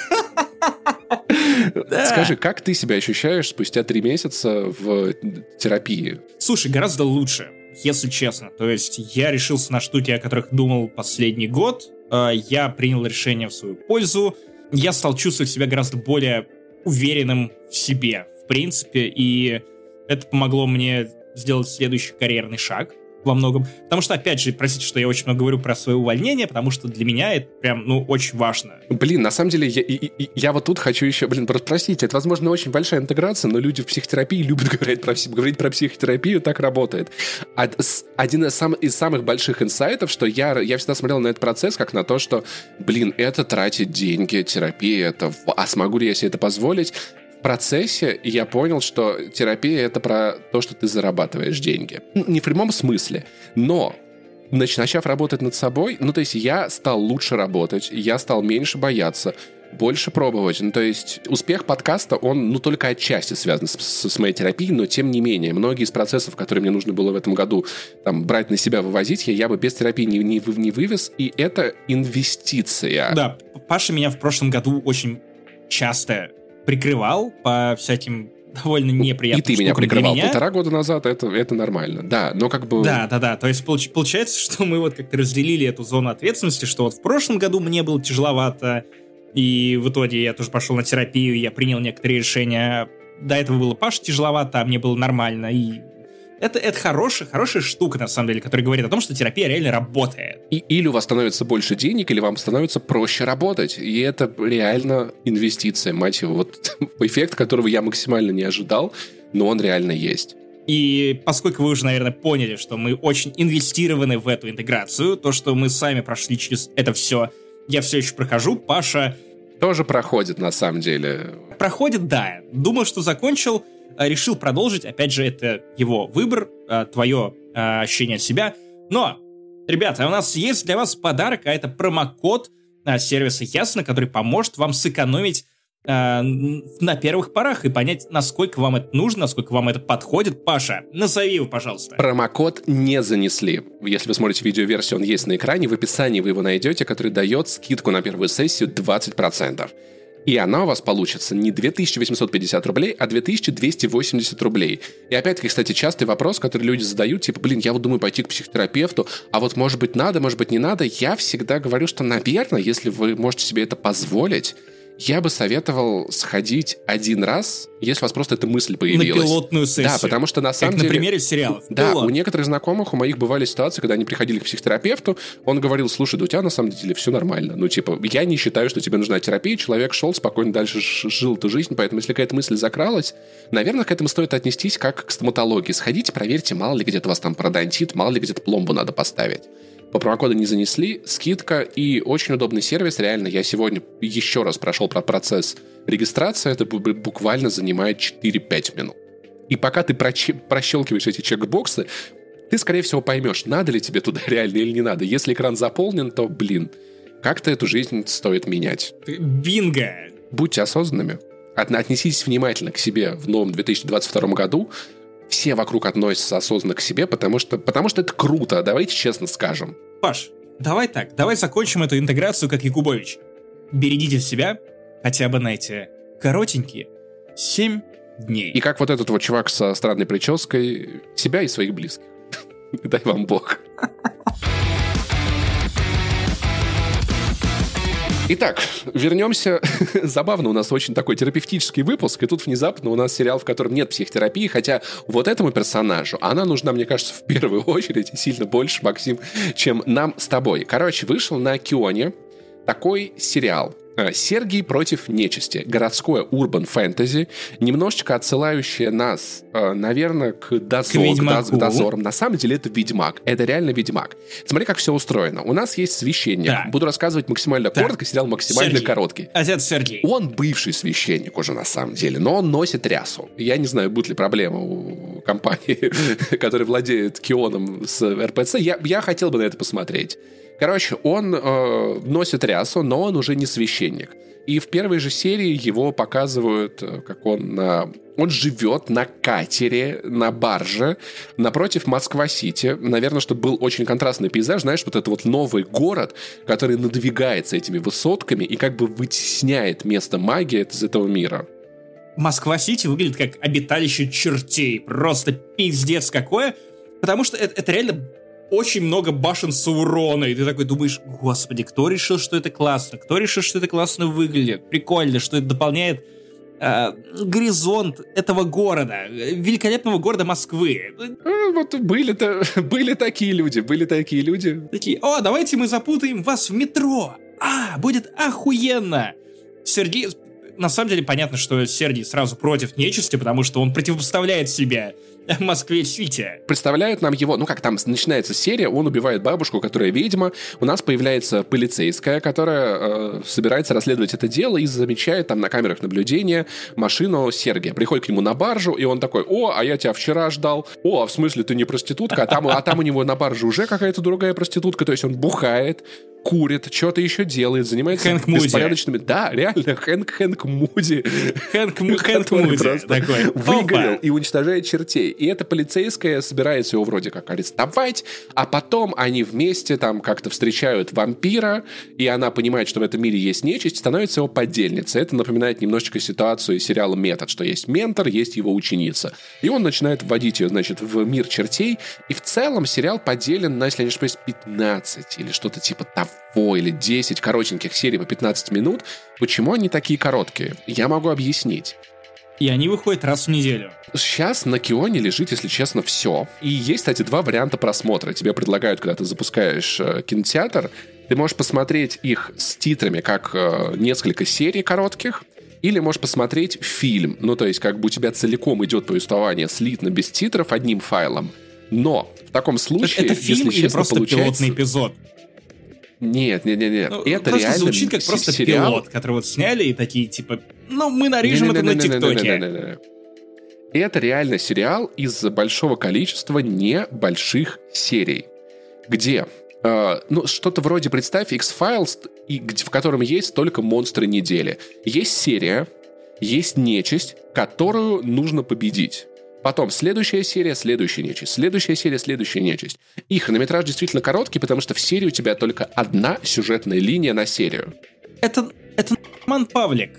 Скажи, как ты себя ощущаешь спустя три месяца в терапии? Слушай, гораздо лучше, если честно. То есть я решился на штуки, о которых думал последний год. Я принял решение в свою пользу. Я стал чувствовать себя гораздо более уверенным в себе, в принципе. И это помогло мне сделать следующий карьерный шаг во многом. Потому что, опять же, простите, что я очень много говорю про свое увольнение, потому что для меня это прям, ну, очень важно. Блин, на самом деле, я, я, я вот тут хочу еще, блин, простите, это, возможно, очень большая интеграция, но люди в психотерапии любят говорить про, говорить про психотерапию, так работает. Один из, сам, из самых больших инсайтов, что я, я всегда смотрел на этот процесс как на то, что, блин, это тратит деньги, терапия, это, а смогу ли я себе это позволить? в процессе я понял, что терапия — это про то, что ты зарабатываешь деньги. Не в прямом смысле, но начав работать над собой, ну, то есть я стал лучше работать, я стал меньше бояться, больше пробовать. Ну, то есть успех подкаста, он, ну, только отчасти связан с, с, с моей терапией, но тем не менее, многие из процессов, которые мне нужно было в этом году там, брать на себя, вывозить, я, я бы без терапии не, не, не вывез, и это инвестиция. Да, Паша меня в прошлом году очень часто прикрывал по всяким довольно неприятным штукам. И ты меня прикрывал меня. полтора года назад, это, это нормально. Да, но как бы... Да, да, да. То есть получ, получается, что мы вот как-то разделили эту зону ответственности, что вот в прошлом году мне было тяжеловато, и в итоге я тоже пошел на терапию, я принял некоторые решения. До этого было Паше тяжеловато, а мне было нормально. И это, это хорошая, хорошая штука, на самом деле, которая говорит о том, что терапия реально работает. И, или у вас становится больше денег, или вам становится проще работать. И это реально инвестиция, мать его. Вот эффект, которого я максимально не ожидал, но он реально есть. И поскольку вы уже, наверное, поняли, что мы очень инвестированы в эту интеграцию, то, что мы сами прошли через это все, я все еще прохожу, Паша... Тоже проходит, на самом деле. Проходит, да. Думал, что закончил, решил продолжить. Опять же, это его выбор, твое ощущение себя. Но, ребята, у нас есть для вас подарок, а это промокод сервиса Ясно, который поможет вам сэкономить на первых порах и понять, насколько вам это нужно, насколько вам это подходит. Паша, назови его, пожалуйста. Промокод не занесли. Если вы смотрите видеоверсию, он есть на экране. В описании вы его найдете, который дает скидку на первую сессию двадцать процентов. И она у вас получится не две тысячи восемьсот пятьдесят рублей, а две тысячи двести восемьдесят рублей. И опять-таки, кстати, частый вопрос, который люди задают, типа, блин, я вот думаю пойти к психотерапевту, а вот может быть надо, может быть не надо. Я всегда говорю, что, наверное, если вы можете себе это позволить, я бы советовал сходить один раз, если у вас просто эта мысль появилась. На пилотную сессию. Да, потому что на самом как деле... Как на примере сериалов. Да, Пилот. У некоторых знакомых, у моих бывали ситуации, когда они приходили к психотерапевту, он говорил, слушай, да у тебя на самом деле все нормально. Ну, типа, я не считаю, что тебе нужна терапия, человек шел, спокойно дальше жил эту жизнь, поэтому если какая-то мысль закралась, наверное, к этому стоит отнестись как к стоматологии. Сходите, проверьте, мало ли где-то у вас там пародонтит, мало ли где-то пломбу надо поставить. По промокоду не занесли, скидка и очень удобный сервис. Реально, я сегодня еще раз прошел про процесс регистрации, это буквально занимает четыре-пять минут. И пока ты проч- прощелкиваешь эти чекбоксы, ты, скорее всего, поймешь, надо ли тебе туда реально или не надо. Если экран заполнен, то, блин, как-то эту жизнь стоит менять. Бинго! Будьте осознанными. Отнеситесь внимательно к себе в новом две тысячи двадцать втором году. Все вокруг относятся осознанно к себе, потому что, потому что это круто, давайте честно скажем. Паш, давай так, давай закончим эту интеграцию, как Якубович. Берегите себя хотя бы на эти коротенькие семь дней. И как вот этот вот чувак со странной прической, себя и своих близких. Дай вам Бог. Итак, вернемся. Забавно, у нас очень такой терапевтический выпуск, и тут внезапно у нас сериал, в котором нет психотерапии, хотя вот этому персонажу она нужна, мне кажется, в первую очередь, и сильно больше, Максим, чем нам с тобой. Короче, вышел на Кионе такой сериал. Сергий против нечисти. Городское урбан-фэнтези, немножечко отсылающее нас, наверное, к, дозор, к, к, к дозорам. На самом деле это Ведьмак. Это реально Ведьмак. Смотри, как все устроено. У нас есть священник. Да. Буду рассказывать максимально да. коротко, сериал максимально Сергей. короткий. Отец Сергей. Он бывший священник уже на самом деле, но он носит рясу. Я не знаю, будет ли проблема у компании, которая владеет Кионом с эр пэ цэ. Я, я хотел бы на это посмотреть. Короче, он э, носит рясу, но он уже не священник. И в первой же серии его показывают, как он... Э, он живет на катере, на барже, напротив Москва-Сити. Наверное, чтобы был очень контрастный пейзаж. Знаешь, вот это вот новый город, который надвигается этими высотками и как бы вытесняет место магии из этого мира. Москва-Сити выглядит как обиталище чертей. Просто пиздец какое. Потому что это, это реально... очень много башен Саурона, и ты такой думаешь, господи, кто решил, что это классно? Кто решил, что это классно выглядит? Прикольно, что это дополняет э, горизонт этого города, великолепного города Москвы. Вот были-то, были такие люди, были такие люди. Такие, о, давайте мы запутаем вас в метро. А, будет охуенно. Сергей... на самом деле понятно, что Сергий сразу против нечисти, потому что он противопоставляет себя Москве-Сити. Представляют нам его, ну как там начинается серия, он убивает бабушку, которая ведьма, у нас появляется полицейская, которая э, собирается расследовать это дело и замечает там на камерах наблюдения машину Сергия. Приходит к нему на баржу, и он такой: о, а я тебя вчера ждал. О, а в смысле ты не проститутка? А там, а там у него на барже уже какая-то другая проститутка, то есть он бухает, курит, что-то еще делает, занимается Хэнк Муди. беспорядочными... Да, реально, Хэнк, Хэнк Муди. Хэнк, Хэнк Муди такой. Выгорел и уничтожает чертей. И эта полицейская собирается его вроде как арестовать, а потом они вместе там как-то встречают вампира, и она понимает, что в этом мире есть нечисть, становится его подельницей. Это напоминает немножечко ситуацию из сериала «Метод», что есть ментор, есть его ученица. И он начинает вводить ее, значит, в мир чертей, и в целом сериал поделен на, если я не ошибаюсь, пятнадцать или что-то типа того, или десять коротеньких серий по пятнадцать минут. Почему они такие короткие? Я могу объяснить. И они выходят раз в неделю. Сейчас на Кионе лежит, если честно, все. И есть, кстати, два варианта просмотра. Тебе предлагают, когда ты запускаешь э, кинотеатр, ты можешь посмотреть их с титрами, как э, несколько серий коротких, или можешь посмотреть фильм. Ну, то есть, как бы у тебя целиком идет повествование слитно без титров одним файлом. Но в таком случае, это фильм если или честно, просто получается... пилотный эпизод? Нет, нет, нет, нет. Ну, это просто реально звучит как просто сериал. пилот, который вот сняли и такие, типа, ну, мы нарежем это на ТикТоке. Это реально сериал из большого количества небольших серий, где, э, ну, что-то вроде, представь, X-Files, и, в котором есть только монстры недели. Есть серия, есть нечисть, которую нужно победить. Потом следующая серия, следующая нечисть, следующая серия, следующая нечисть. И хронометраж действительно короткий, потому что в серии у тебя только одна сюжетная линия на серию. Это, это Ман Павлик.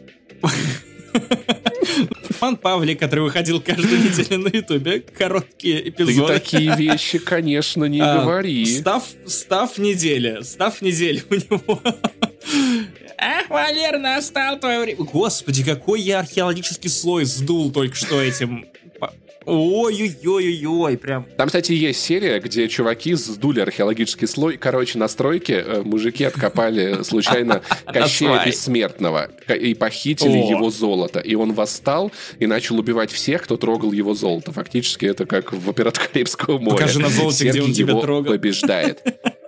Ман Павлик, который выходил каждую неделю на Ютубе. Короткие эпизоды. Ты такие вещи, конечно, не а, говори. Став, став недели. Став недели у него. Ах, Валер, настал твое время. Господи, какой я археологический слой сдул только что этим... Ой-ой-ой-ой-ой, прям. Там, кстати, есть серия, где чуваки сдули археологический слой. Короче, на стройке э, мужики откопали случайно Кощея Бессмертного и похитили О. его золото. И он восстал и начал убивать всех, кто трогал его золото. Фактически это как в «Пиратах Карибского моря». Покажи на золоте, Сергий где он тебя его трогал. побеждает.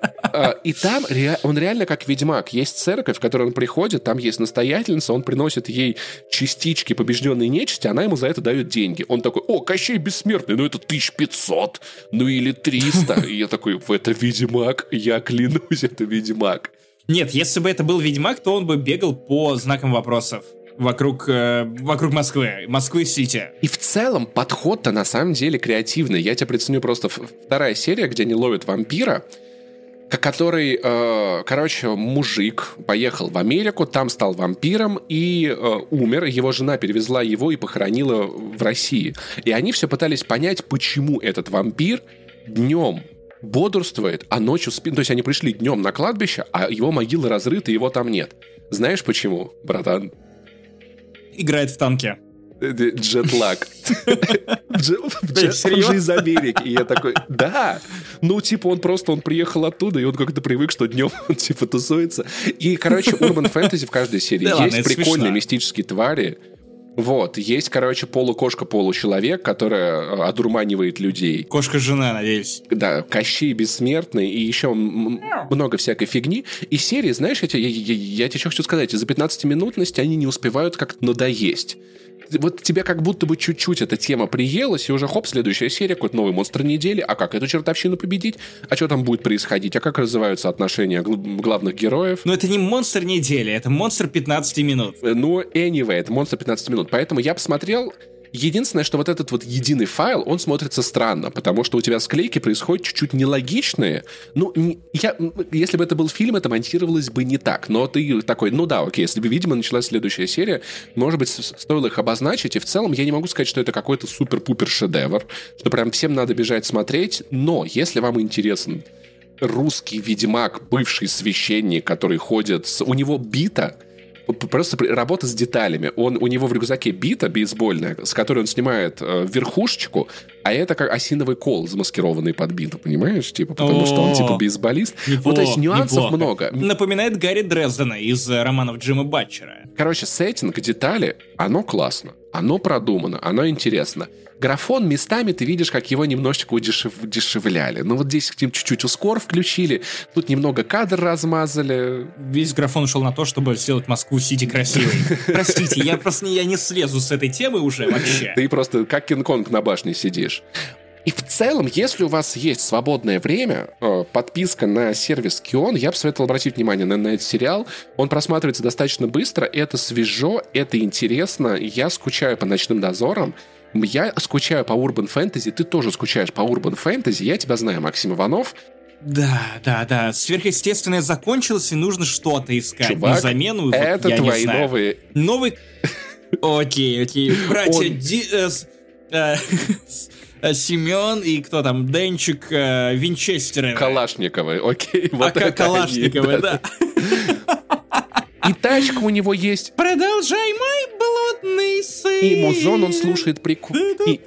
И там он реально как ведьмак. Есть церковь, в которую он приходит, там есть настоятельница, он приносит ей частички побежденной нечисти, она ему за это дает деньги. Он такой: о, Кощей Бессмертный, ну это тысяча пятьсот, ну или триста. И я такой: это ведьмак, я клянусь, это ведьмак. Нет, если бы это был ведьмак, то он бы бегал по знакам вопросов вокруг, э, вокруг Москвы, Москвы-Сити. И в целом подход-то на самом деле креативный. Я тебя приценю просто. Вторая серия, где они ловят вампира, который, э, короче, мужик поехал в Америку, там стал вампиром и э, умер. Его жена перевезла его и похоронила в России. И они все пытались понять, почему этот вампир днем бодрствует, а ночью спит. То есть они пришли днем на кладбище, а его могила разрыта, его там нет. Знаешь почему, братан? Играет в танке. Джетлаг. Он же из Америки. И я такой: да. Ну, типа, он просто, он приехал оттуда, и он как-то привык, что днем он, типа, тусуется. И, короче, урбан фэнтези в каждой серии. Есть прикольные мистические твари. Вот, есть, короче, полукошка, получеловек, которая одурманивает людей. Кошка-жена, надеюсь. Да, Кощей Бессмертный и еще м- много всякой фигни. И серии, знаешь, я, я, я, я тебе что хочу сказать, из-за пятнадцатиминутности они не успевают как-то надоесть. Вот тебе как будто бы чуть-чуть эта тема приелась, и уже хоп, следующая серия, какой-то новый монстр недели. А как эту чертовщину победить? А что там будет происходить? А как развиваются отношения гл- главных героев? Но это не монстр недели, это монстр пятнадцати минут. Ну, anyway, это монстр пятнадцати минут. Поэтому я посмотрел... Единственное, что вот этот вот единый файл, он смотрится странно, потому что у тебя склейки происходят чуть-чуть нелогичные. Ну, не, я, если бы это был фильм, это монтировалось бы не так. Но ты такой: ну да, окей, если бы, видимо, началась следующая серия, может быть, стоило их обозначить. И в целом я не могу сказать, что это какой-то супер-пупер шедевр, что прям всем надо бежать смотреть. Но если вам интересен русский ведьмак, бывший священник, который ходит с... У него бита... Просто работа с деталями. Он, у него в рюкзаке бита бейсбольная, с которой он снимает э, верхушечку, а это как осиновый кол, замаскированный под биту, понимаешь? Типа, потому что он типа бейсболист. Неплохо, вот, то есть нюансов неплохо. много. Напоминает Гарри Дрездена из романов Джима Батчера. Короче, сеттинг, детали, оно классно, оно продумано, оно интересно. Графон местами ты видишь, как его немножечко удешевляли. Ну вот здесь к ним чуть-чуть ускор включили, тут немного кадр размазали. Весь графон ушел на то, чтобы сделать Москву-Сити красивой. Простите, я просто я не слезу с этой темы уже вообще. Ты просто как Кинг-Конг на башне сидишь. И в целом, если у вас есть свободное время, подписка на сервис Кион, я бы советовал обратить внимание на, на этот сериал. Он просматривается достаточно быстро, это свежо, это интересно. Я скучаю по «Ночным дозорам». Я скучаю по Urban Fantasy, ты тоже скучаешь по Urban Fantasy. Я тебя знаю, Максим Иванов. Да, да, да. Сверхъестественное закончилось, и нужно что-то искать. Чувак, на замену. Это вот, твои новые... Новый... Окей, окей. Братья Ди... Семен и кто там? Денчик Винчестеры. Калашниковы, окей. Вот а Калашниковы, да. И тачка у него есть. Продолжай, мой блудный сын. И музон он слушает прикольно. И...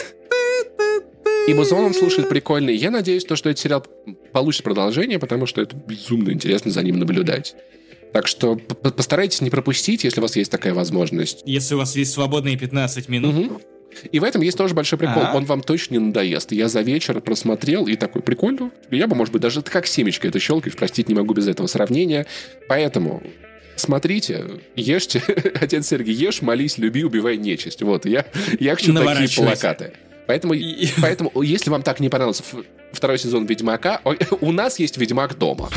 и музон он слушает прикольный. Я надеюсь, то, что этот сериал получит продолжение, потому что это безумно интересно за ним наблюдать. Так что постарайтесь не пропустить, если у вас есть такая возможность. Если у вас есть свободные пятнадцать минут. Угу. И в этом есть тоже большой прикол. А-а-а. Он вам точно не надоест. Я за вечер просмотрел и такой, прикольно. Я бы, может быть, даже как семечко это щелкаешь, простить не могу без этого сравнения. Поэтому... смотрите, ешьте, отец Сергей, ешь, молись, люби, убивай нечисть. Вот, я, я хочу такие плакаты. Поэтому, и... поэтому, если вам так не понравился второй сезон Ведьмака, у нас есть Ведьмак дома.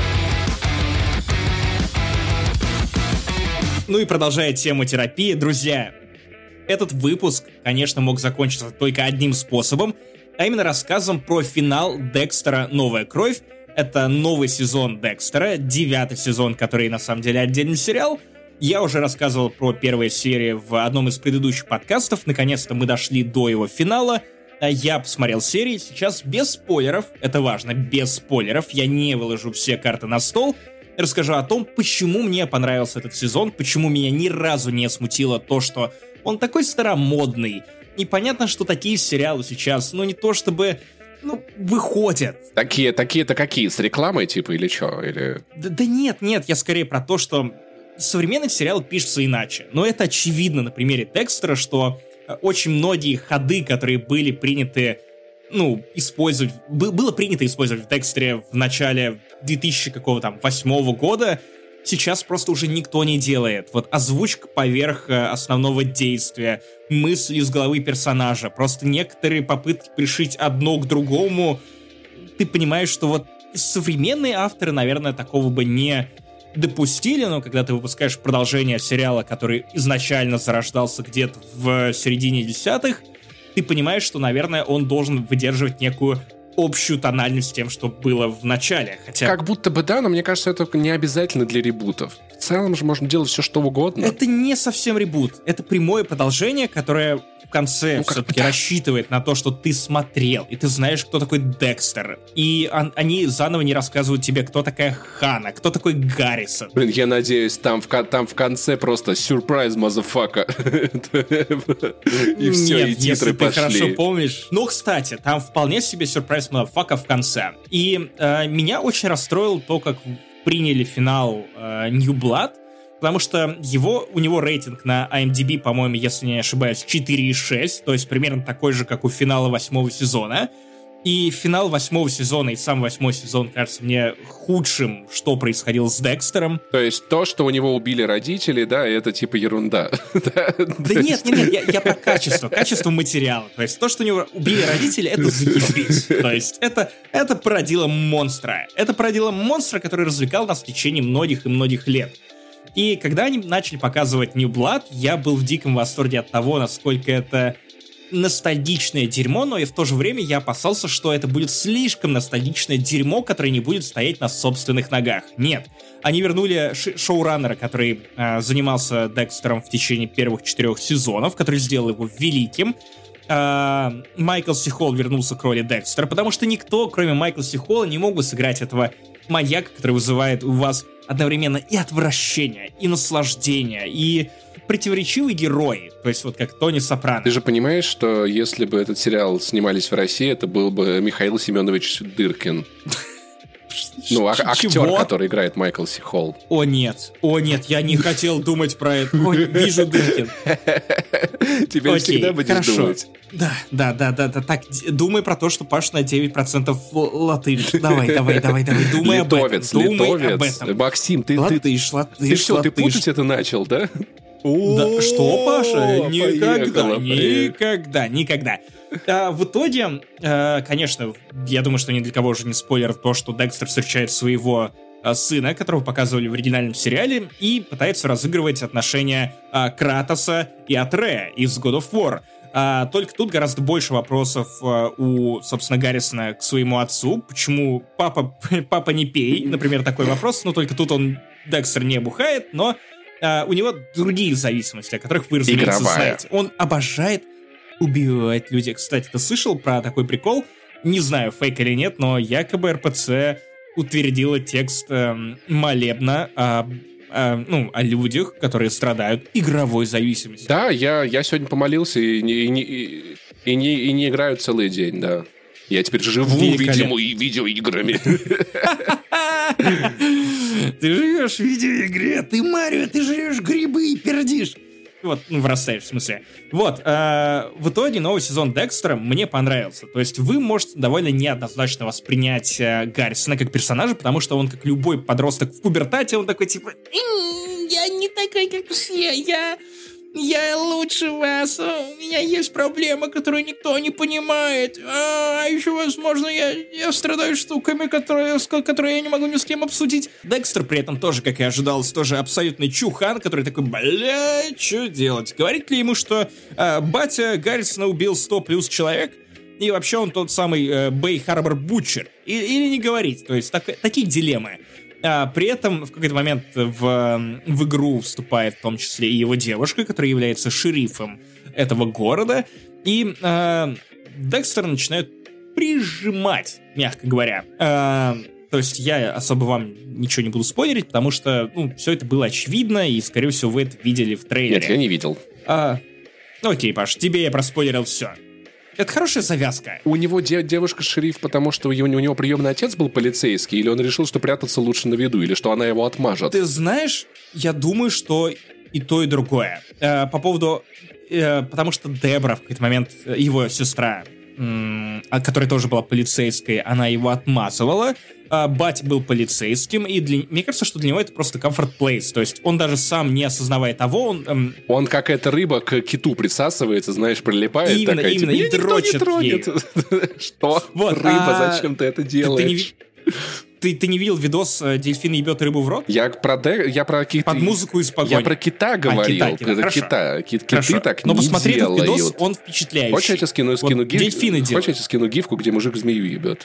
Ну и продолжая тему терапии, друзья, этот выпуск, конечно, мог закончиться только одним способом, а именно рассказом про финал Декстера «Новая кровь». Это новый сезон Декстера, девятый сезон, который на самом деле отдельный сериал. Я уже рассказывал про первые серии в одном из предыдущих подкастов. Наконец-то мы дошли до его финала. Я посмотрел серии, сейчас без спойлеров, это важно, без спойлеров. Я не выложу все карты на стол. Расскажу о том, почему мне понравился этот сезон, почему меня ни разу не смутило то, что он такой старомодный. И понятно, что такие сериалы сейчас, ну не то чтобы... ну, выходят. Такие, такие-то какие? С рекламой, типа, или что? Или... Да, да нет, нет, я скорее про то, что современный сериал пишется иначе. Но это очевидно на примере Декстера, что очень многие ходы, которые были приняты, ну, использовать... было принято использовать в Декстере в начале две тысячи восьмого года, сейчас просто уже никто не делает. Вот озвучка поверх основного действия, мысли из головы персонажа, просто некоторые попытки пришить одно к другому. Ты понимаешь, что вот современные авторы, наверное, такого бы не допустили, но когда ты выпускаешь продолжение сериала, который изначально зарождался где-то в середине десятых, ты понимаешь, что, наверное, он должен выдерживать некую общую тональность с тем, что было в начале. Хотя... как будто бы да, но мне кажется, это не обязательно для ребутов. В целом же можно делать все, что угодно. Это не совсем ребут. Это прямое продолжение, которое в конце ну, все-таки да. рассчитывает на то, что ты смотрел, и ты знаешь, кто такой Декстер. И он, они заново не рассказывают тебе, кто такая Хана, кто такой Гаррисон. Блин, я надеюсь, там в, там в конце просто сюрприз, мазафака. И все, и титры пошли. Ты хорошо помнишь. Ну, кстати, там вполне себе сюрприз, мазафака в конце. И э, меня очень расстроил то, как приняли финал э, New Blood, потому что его, у него рейтинг на ай эм ди би, по-моему, если не ошибаюсь, четыре и шесть, то есть примерно такой же, как у финала восьмого сезона. И финал восьмого сезона и сам восьмой сезон кажется мне худшим, что происходило с Декстером. То есть то, что у него убили родители, да, это типа ерунда. Да нет, нет, нет, я, я про качество, качество материала. То есть то, что у него убили родители, это заебись. То есть это, это породило монстра. Это породило монстра, который развлекал нас в течение многих и многих лет. И когда они начали показывать New Blood, я был в диком восторге от того, насколько это ностальгичное дерьмо, но и в то же время я опасался, что это будет слишком ностальгичное дерьмо, которое не будет стоять на собственных ногах. Нет. Они вернули ш- шоураннера, который э, занимался Декстером в течение первых четырех сезонов, который сделал его великим. Э, Майкл Си Холл вернулся к роли Декстера, потому что никто, кроме Майкла Си Холла, не мог бы сыграть этого маньяка, который вызывает у вас одновременно и отвращение, и наслаждение, и противоречивый герой, то есть вот как Тони Сопрано. Ты же понимаешь, что если бы этот сериал снимались в России, это был бы Михаил Семенович Дыркин. Ну, а- актер, который играет Майкл Си Холл. О, нет. О, нет, я не хотел думать про это. О, вижу Дыркин. Теперь Окей, всегда будешь хорошо. думать. Да, да, да, да, да. Так, д- думай про то, что Паш на девять процентов л- латышь. Давай, давай, давай, давай. Думай об этом. Литовец, Думай об литовец. этом. Максим, ты, ты, Латыш, ты латыш, все, ты латыш. путать это начал, да? Да, что, Паша? Никогда, Поехало, поехало. никогда, никогда. А, в итоге, а, конечно, я думаю, что ни для кого уже не спойлер то, что Декстер встречает своего а, сына, которого показывали в оригинальном сериале, и пытается разыгрывать отношения а, Кратоса и Атрея из God of War. А, только тут гораздо больше вопросов а, у, собственно, Гаррисона к своему отцу. Почему папа, папа не пей? Например, такой вопрос. Но только тут он, Декстер, не бухает, но а, у него другие зависимости, о которых вы, разумеется, Игровая. знаете. Он обожает убивать людей. Кстати, ты слышал про такой прикол? Не знаю, фейк или нет, но якобы эр пэ цэ утвердила текст эм, молебна о, о, ну, о людях, которые страдают игровой зависимостью. Да, я, я сегодня помолился и не, и, не, и, и не, и не играю целый день, да. Я теперь живу, видимо, и видеоиграми. Ты живешь в видеоигре, ты Марио, ты жрешь грибы и пердишь. Вот, ну, вырастаешь, в смысле. Вот, э, в итоге новый сезон Декстера мне понравился. То есть вы можете довольно неоднозначно воспринять э, Гаррисона как персонажа, потому что он, как любой подросток в пубертате, он такой, типа, «М, я не такой, как все, я... Я лучше вас, а, у меня есть проблема, которую никто не понимает. А, а еще, возможно, я, я страдаю штуками, которые, с- которые я не могу ни с кем обсудить. Декстер при этом тоже, как и ожидалось, тоже абсолютный чухан, который такой, бля, что делать? Говорит ли ему, что а, батя Гаррисона убил сто плюс человек? И вообще он тот самый э, Бэй Харбор Бутчер? И- или не говорить? То есть так- такие дилеммы. А, при этом в какой-то момент в, в игру вступает в том числе и его девушка, которая является шерифом этого города, и а, Декстер начинает прижимать, мягко говоря. А, то есть я особо вам ничего не буду спойлерить, потому что ну, все это было очевидно, и, скорее всего, вы это видели в трейлере. Нет, я не видел. А, окей, Паш, тебе я проспойлерил все. Это хорошая завязка. У него де- девушка-шериф, потому что у него, у него приемный отец был полицейский, или он решил, что прятаться лучше на виду, или что она его отмажет? Ты знаешь, я думаю, что и то, и другое. Э, по поводу... э, потому что Дебра в какой-то момент, э, его сестра, м, а, которая тоже была полицейской, она его отмазывала. А, батя был полицейским, и для, мне кажется, что для него это просто comfort place. То есть он даже сам, не осознавая того, он... эм, Он, как эта рыба, к киту присасывается, знаешь, прилипает. Именно, такая, именно, типа, и «Меня никто дрочит не тронет». Что? Вот, Рыба, а, зачем ты это ты, ты, не, делаешь? ви- ты, ты не видел видос э, «Дельфин ебет рыбу в рот»? Я про, де- я про киты. Под музыку из погони. Я про кита говорил. кита, кита, про хорошо. кита. Кит- Киты Хорошо. так Но не посмотри этот видос, делают. он впечатляющий. Хочешь, я тебе скину, скину Вот гиф? дельфины делают. Хочешь, я тебе скину гифку, где мужик змею ебет?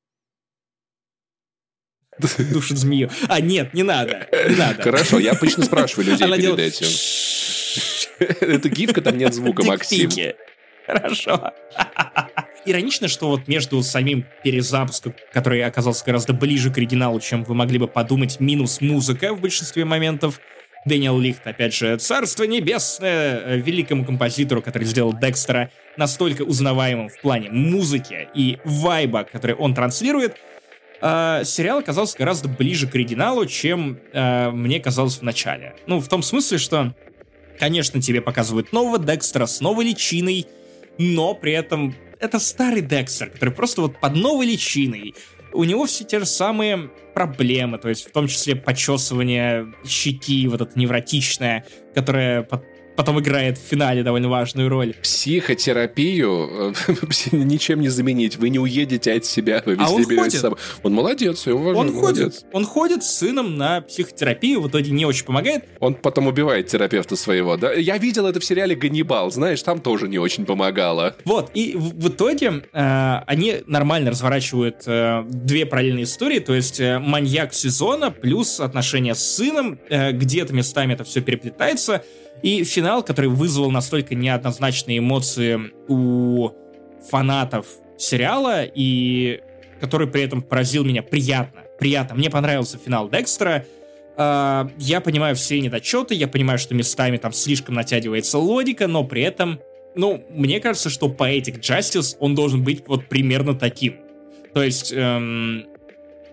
Душит змею. А, нет, не надо. Не надо. Хорошо, я обычно спрашиваю людей Она перед делает этим. Это гифка, там нет звука, Максим. Дикпики. Хорошо. Иронично, что вот между самим перезапуском, который оказался гораздо ближе к оригиналу, чем вы могли бы подумать, минус музыка в большинстве моментов, Дэниел Лихт, опять же, царство небесное, э, великому композитору, который сделал Декстера настолько узнаваемым в плане музыки и вайба, который он транслирует, э, сериал оказался гораздо ближе к оригиналу, чем э, мне казалось в начале. Ну, в том смысле, что, конечно, тебе показывают нового Декстера с новой личиной, но при этом это старый Декстер, который просто вот под новой личиной. У него все те же самые проблемы, то есть в том числе почесывание щеки, вот это невротичное, которое по- потом играет в финале довольно важную роль. Психотерапию э, ничем не заменить. Вы не уедете от себя, вы А он везде берете ходит. с собой. Он молодец, я уважаю, Он молодец. ходит, он ходит с сыном на психотерапию, в итоге не очень помогает. Он потом убивает терапевта своего, да? Я видел это в сериале «Ганнибал», знаешь, там тоже не очень помогало. Вот, и в, в итоге э, они нормально разворачивают э, две параллельные истории, то есть э, маньяк сезона плюс отношения с сыном, э, где-то местами это все переплетается, и финал, который вызвал настолько неоднозначные эмоции у фанатов сериала, и который при этом поразил меня приятно, приятно. Мне понравился финал Декстера. Э, я понимаю все недочеты, я понимаю, что местами там слишком натягивается логика, но при этом ну, мне кажется, что Poetic Justice, он должен быть вот примерно таким. То есть, эм,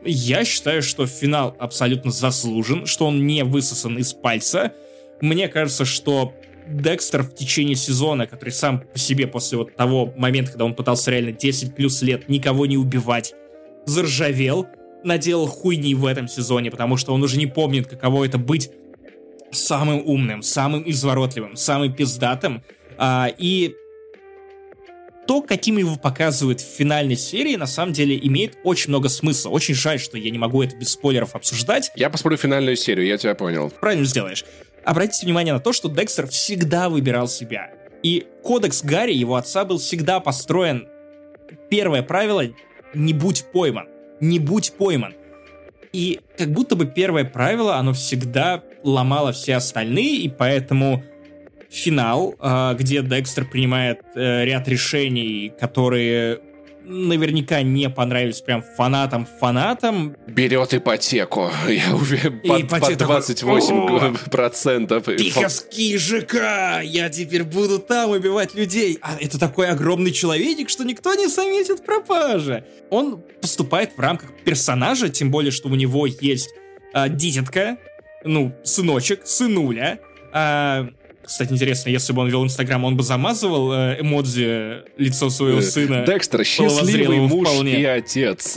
Я считаю, что финал абсолютно заслужен, что он не высосан из пальца. Мне кажется, что Декстер в течение сезона, который сам по себе после вот того момента, когда он пытался реально десять плюс лет никого не убивать, заржавел, наделал хуйни в этом сезоне, потому что он уже не помнит, каково это быть самым умным, самым изворотливым, самым пиздатым. А, и то, каким его показывают в финальной серии, на самом деле имеет очень много смысла. Очень жаль, что я не могу это без спойлеров обсуждать. Я посмотрю финальную серию, я тебя понял. Правильно сделаешь. Обратите внимание на то, что Декстер всегда выбирал себя. И кодекс Гарри, его отца, был всегда построен. Первое правило — не будь пойман. Не будь пойман. И как будто бы первое правило, оно всегда ломало все остальные, и поэтому финал, где Декстер принимает ряд решений, которые наверняка не понравились прям фанатам-фанатам. Берет ипотеку. Я уверен, под, под двадцать восемь процентов. Пиховский ЖК! Я теперь буду там убивать людей. А это такой огромный человечек, что никто не заметит пропажи. Он поступает в рамках персонажа, тем более, что у него есть а, дитятка, ну, сыночек, сынуля. А, кстати, интересно, если бы он вел Инстаграм, он бы замазывал э, эмодзи лицо своего сына. Декстер, счастливый муж вполне. И отец.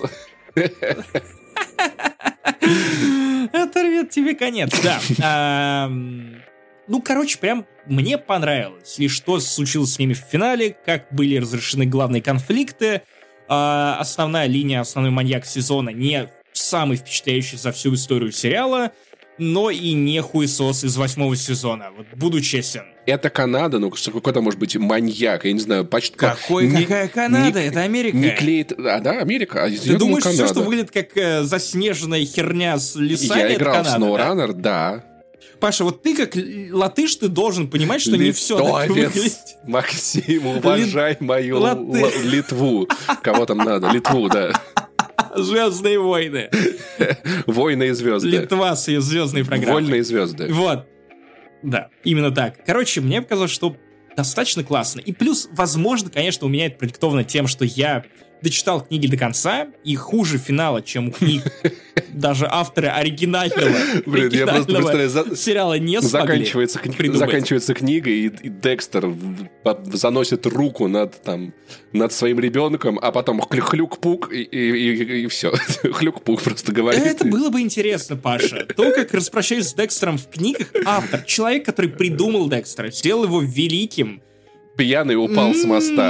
Оторвет тебе конец, да. А, ну, короче, прям мне понравилось. И что случилось с ними в финале, как были разрешены главные конфликты. А, основная линия, основной маньяк сезона не самый впечатляющий за всю историю сериала, но и не хуесос из восьмого сезона. Вот буду честен. Это Канада, ну какой-то может быть маньяк, я не знаю, почти... Какой, не, какая Канада? Не, это Америка. Не клеит... А, да, Америка? А, Ты думаешь, думал, все, что выглядит как э, заснеженная херня с лесами, я это играл Канада, в SnowRunner, да? да. Паша, вот ты как латыш, ты должен понимать, что не все так выглядит. Максим, уважай мою Литву. Кого там надо? Литву, да. Звездные войны. Войны и звезды. Литва с ее звездной программой. Вольные звезды. Вот. Да, именно так. Короче, мне показалось, что достаточно классно. И плюс, возможно, конечно, у меня это продиктовано тем, что я дочитал книги до конца, и хуже финала, чем у книг даже авторы оригинального, Блин, я просто представляю, за... сериала не смогли заканчивается, кни... заканчивается книга, и, и Декстер заносит руку над, там, над своим ребенком, а потом хлюк-пук, и, и, и, и все. Хлюк-пук просто говорит. Это было бы интересно, Паша. То, как распрощались с Декстером в книгах, автор, человек, который придумал Декстера, сделал его великим, пьяный упал с моста.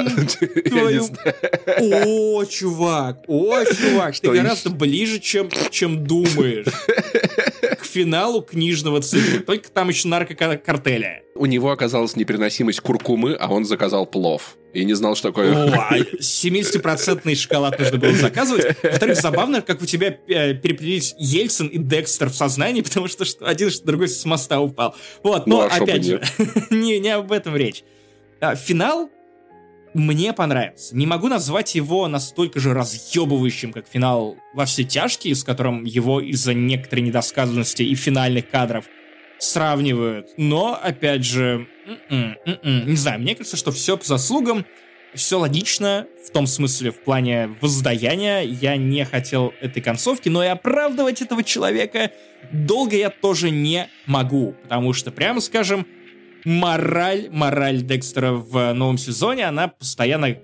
О, чувак, о, чувак, ты гораздо ближе, чем, чем думаешь. К финалу книжного цикла. Только там еще наркокартеля. У него оказалась непереносимость куркумы, а он заказал плов. И не знал, что такое... О, семидесятипроцентный шоколад нужно было заказывать. Во-вторых, забавно, как у тебя э, переплелись Ельцин и Декстер в сознании, потому что, что один, что другой с моста упал. Вот, но, ну, а опять же, не, не об этом речь. А, финал мне понравился. Не могу назвать его настолько же разъебывающим, как финал «Во все тяжкие», с которым его из-за некоторой недосказанности и финальных кадров сравнивают. Но, опять же, м-м, м-м, не знаю, мне кажется, что все по заслугам, все логично, в том смысле, в плане воздаяния. Я не хотел этой концовки, но и оправдывать этого человека долго я тоже не могу, потому что, прямо скажем, Мораль, мораль Декстера в новом сезоне, она постоянно...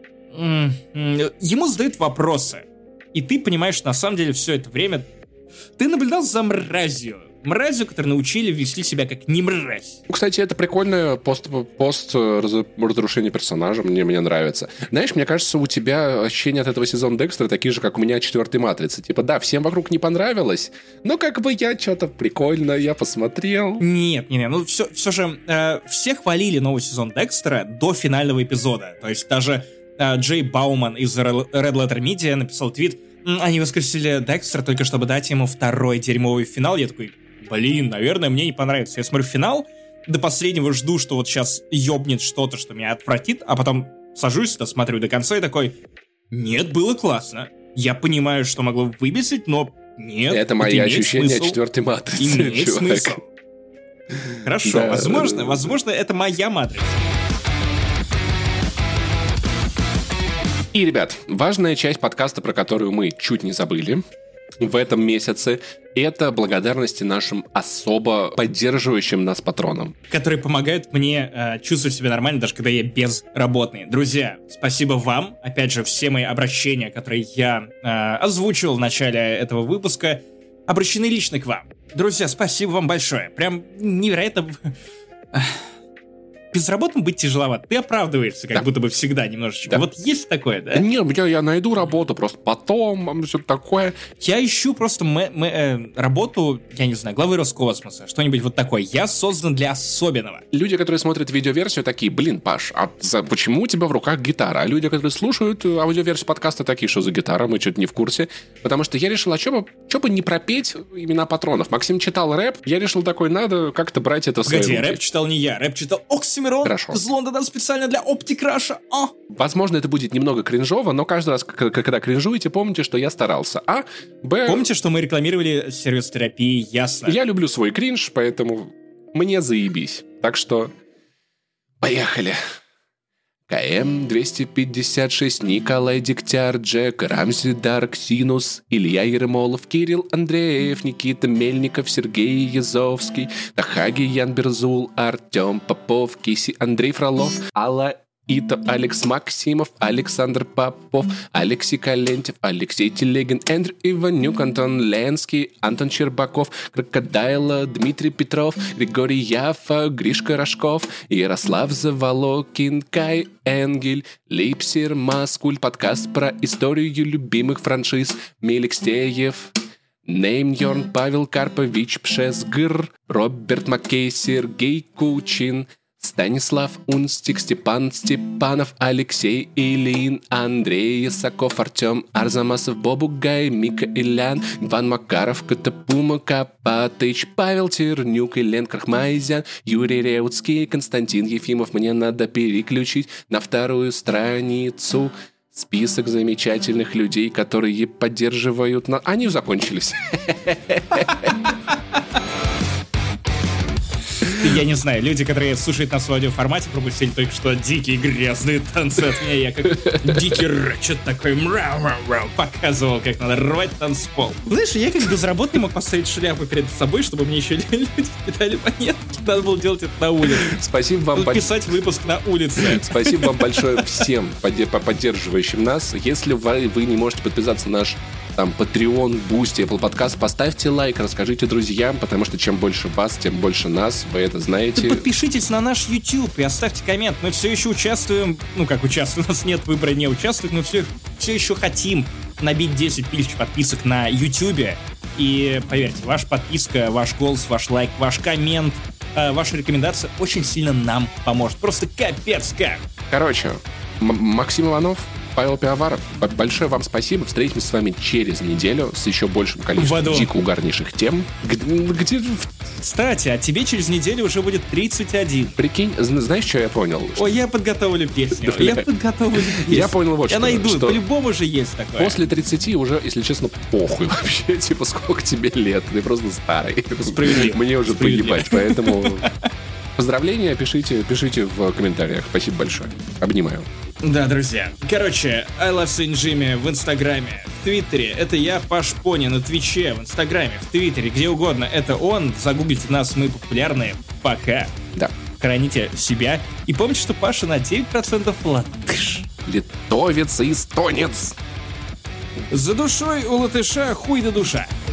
Ему задают вопросы. И ты понимаешь, что на самом деле все это время ты наблюдал за мразью. Мразью, которые научили вести себя как не мразь. Кстати, это прикольное пост, пост разрушения персонажа, мне, мне нравится. Знаешь, мне кажется, у тебя ощущения от этого сезона Декстера такие же, как у меня от четвертой Матрицы. Типа, да, всем вокруг не понравилось, но как бы я что-то прикольно, я посмотрел. Нет, нет, нет, ну все, все же э, все хвалили новый сезон Декстера до финального эпизода. То есть даже э, Джей Бауман из Red Letter Media написал твит: они воскресили Декстера только чтобы дать ему второй дерьмовый финал. Я такой... Блин, наверное, мне не понравится. Я смотрю финал, до последнего жду, что вот сейчас ёбнет что-то, что меня отвратит, а потом сажусь, досматриваю до конца и такой: нет, было классно. Я понимаю, что могло бы выбесить, но нет. Это мои ощущения от четвертой Матрицы. Имеет смысл. Хорошо, да. возможно, возможно, это моя Матрица. И, ребят, важная часть подкаста, про которую мы чуть не забыли. в этом месяце. Это благодарности нашим особо поддерживающим нас патронам. Которые помогают мне э, чувствовать себя нормально, даже когда я безработный. Друзья, спасибо вам. Опять же, все мои обращения, которые я э, озвучил в начале этого выпуска, обращены лично к вам. Друзья, спасибо вам большое. Прям невероятно... Безработным быть тяжеловато. Ты оправдываешься, как да. будто бы всегда немножечко. Да. Вот есть такое, да? Нет, я, я найду работу просто потом, все такое. Я ищу просто мэ, мэ, э, работу, я не знаю, главы Роскосмоса, что-нибудь вот такое. Я создан для особенного. Люди, которые смотрят видеоверсию, такие, блин, Паш, а за, почему у тебя в руках гитара? А люди, которые слушают аудиоверсию подкаста, такие, что за гитара, мы что-то не в курсе. Потому что я решил, а что бы, что бы не пропеть имена патронов? Максим читал рэп, я решил такой, надо как-то брать это в свои Погоди, руки. рэп читал не я, рэп читал Оксимирон. Хорошо. Из Лондона специально для Оптикраша. А? Возможно, это будет немного кринжово, но каждый раз, когда кринжуете, помните, что я старался. А, Б... Помните, что мы рекламировали сервис терапии, ясно? Я люблю свой кринж, поэтому мне заебись. Так что поехали. КМ двести пятьдесят шесть, Николай Дегтяр, Джек, Рамзи, Дарк, Синус, Илья Ермолов, Кирилл Андреев, Никита Мельников, Сергей Язовский, Тахаги Ян Берзул, Артем Попов, Киси Андрей Фролов, Алла Ито, Алекс Максимов, Александр Попов, Алексей Калентьев, Алексей Телегин, Эндрю Иванюк, Антон Ленский, Антон Щербаков, Крокодайла, Дмитрий Петров, Григорий Яфа, Гришка Рожков, Ярослав Заволокин, Кай Энгель, Липсер, Маскуль, подкаст про историю любимых франшиз, Меликстеев, Неймьорн, Павел Карпович, Пшесгр, Роберт Маккей, Сергей Кучин, Станислав Унстик, Степан Степанов, Алексей Ильин, Андрей Исаков, Артем Арзамасов, Бобугай, Мика Илян, Иван Макаров, Катапума, Капатыч, Павел Тернюк, Елен Крахмайзян, Юрий Реутский, Константин Ефимов. Мне надо переключить на вторую страницу список замечательных людей, которые поддерживают... На... Они закончились. Я не знаю, люди, которые слушают нас в аудиоформате, пропустили только что дикие грязные танцы от меня. Я как дикий рэчет такой мрау-мрау-мрау показывал, как надо рвать танцпол. Знаешь, я как безработный мог поставить шляпу перед собой, чтобы мне еще люди кидали монетки. Надо было делать это на улице. Спасибо вам. Писать выпуск на улице. Спасибо вам большое всем поддерживающим нас. Если вы, вы не можете подписаться на наш там Patreon, Boosty, Apple Podcast, поставьте лайк, расскажите друзьям, потому что чем больше вас, тем больше нас, вы это знаете. Да подпишитесь на наш YouTube и оставьте коммент. Мы все еще участвуем, ну как участвуем, у нас нет выбора не участвовать, мы все, все еще хотим набить десять тысяч подписок на YouTube. И поверьте, ваша подписка, ваш голос, ваш лайк, ваш коммент, э, ваша рекомендация очень сильно нам поможет. Просто капец как. Короче, М- Максим Иванов, Павел Пивоваров, большое вам спасибо. Встретимся с вами через неделю с еще большим количеством дико угарнейших тем. Где... Кстати, а тебе через неделю уже будет тридцать один. Прикинь, знаешь, что я понял? Ой, я подготовлю песню. Я подготовлю песню. Я понял вот что. Я найду, по-любому же есть такое. После тридцати уже, если честно, похуй вообще. Типа, сколько тебе лет? Ты просто старый. Справедливо. Мне уже поебать, поэтому... Поздравления пишите, пишите в комментариях. Спасибо большое. Обнимаю. Да, друзья. Короче, I Love Saint Jimmy в Инстаграме, в Твиттере. Это я, Паш Пони, на Твиче, в Инстаграме, в Твиттере, где угодно. Это он. Загуглите нас, мы популярные. Пока. Да. Храните себя. И помните, что Паша на девять процентов латыш. Литовец и эстонец. За душой у латыша хуй да душа.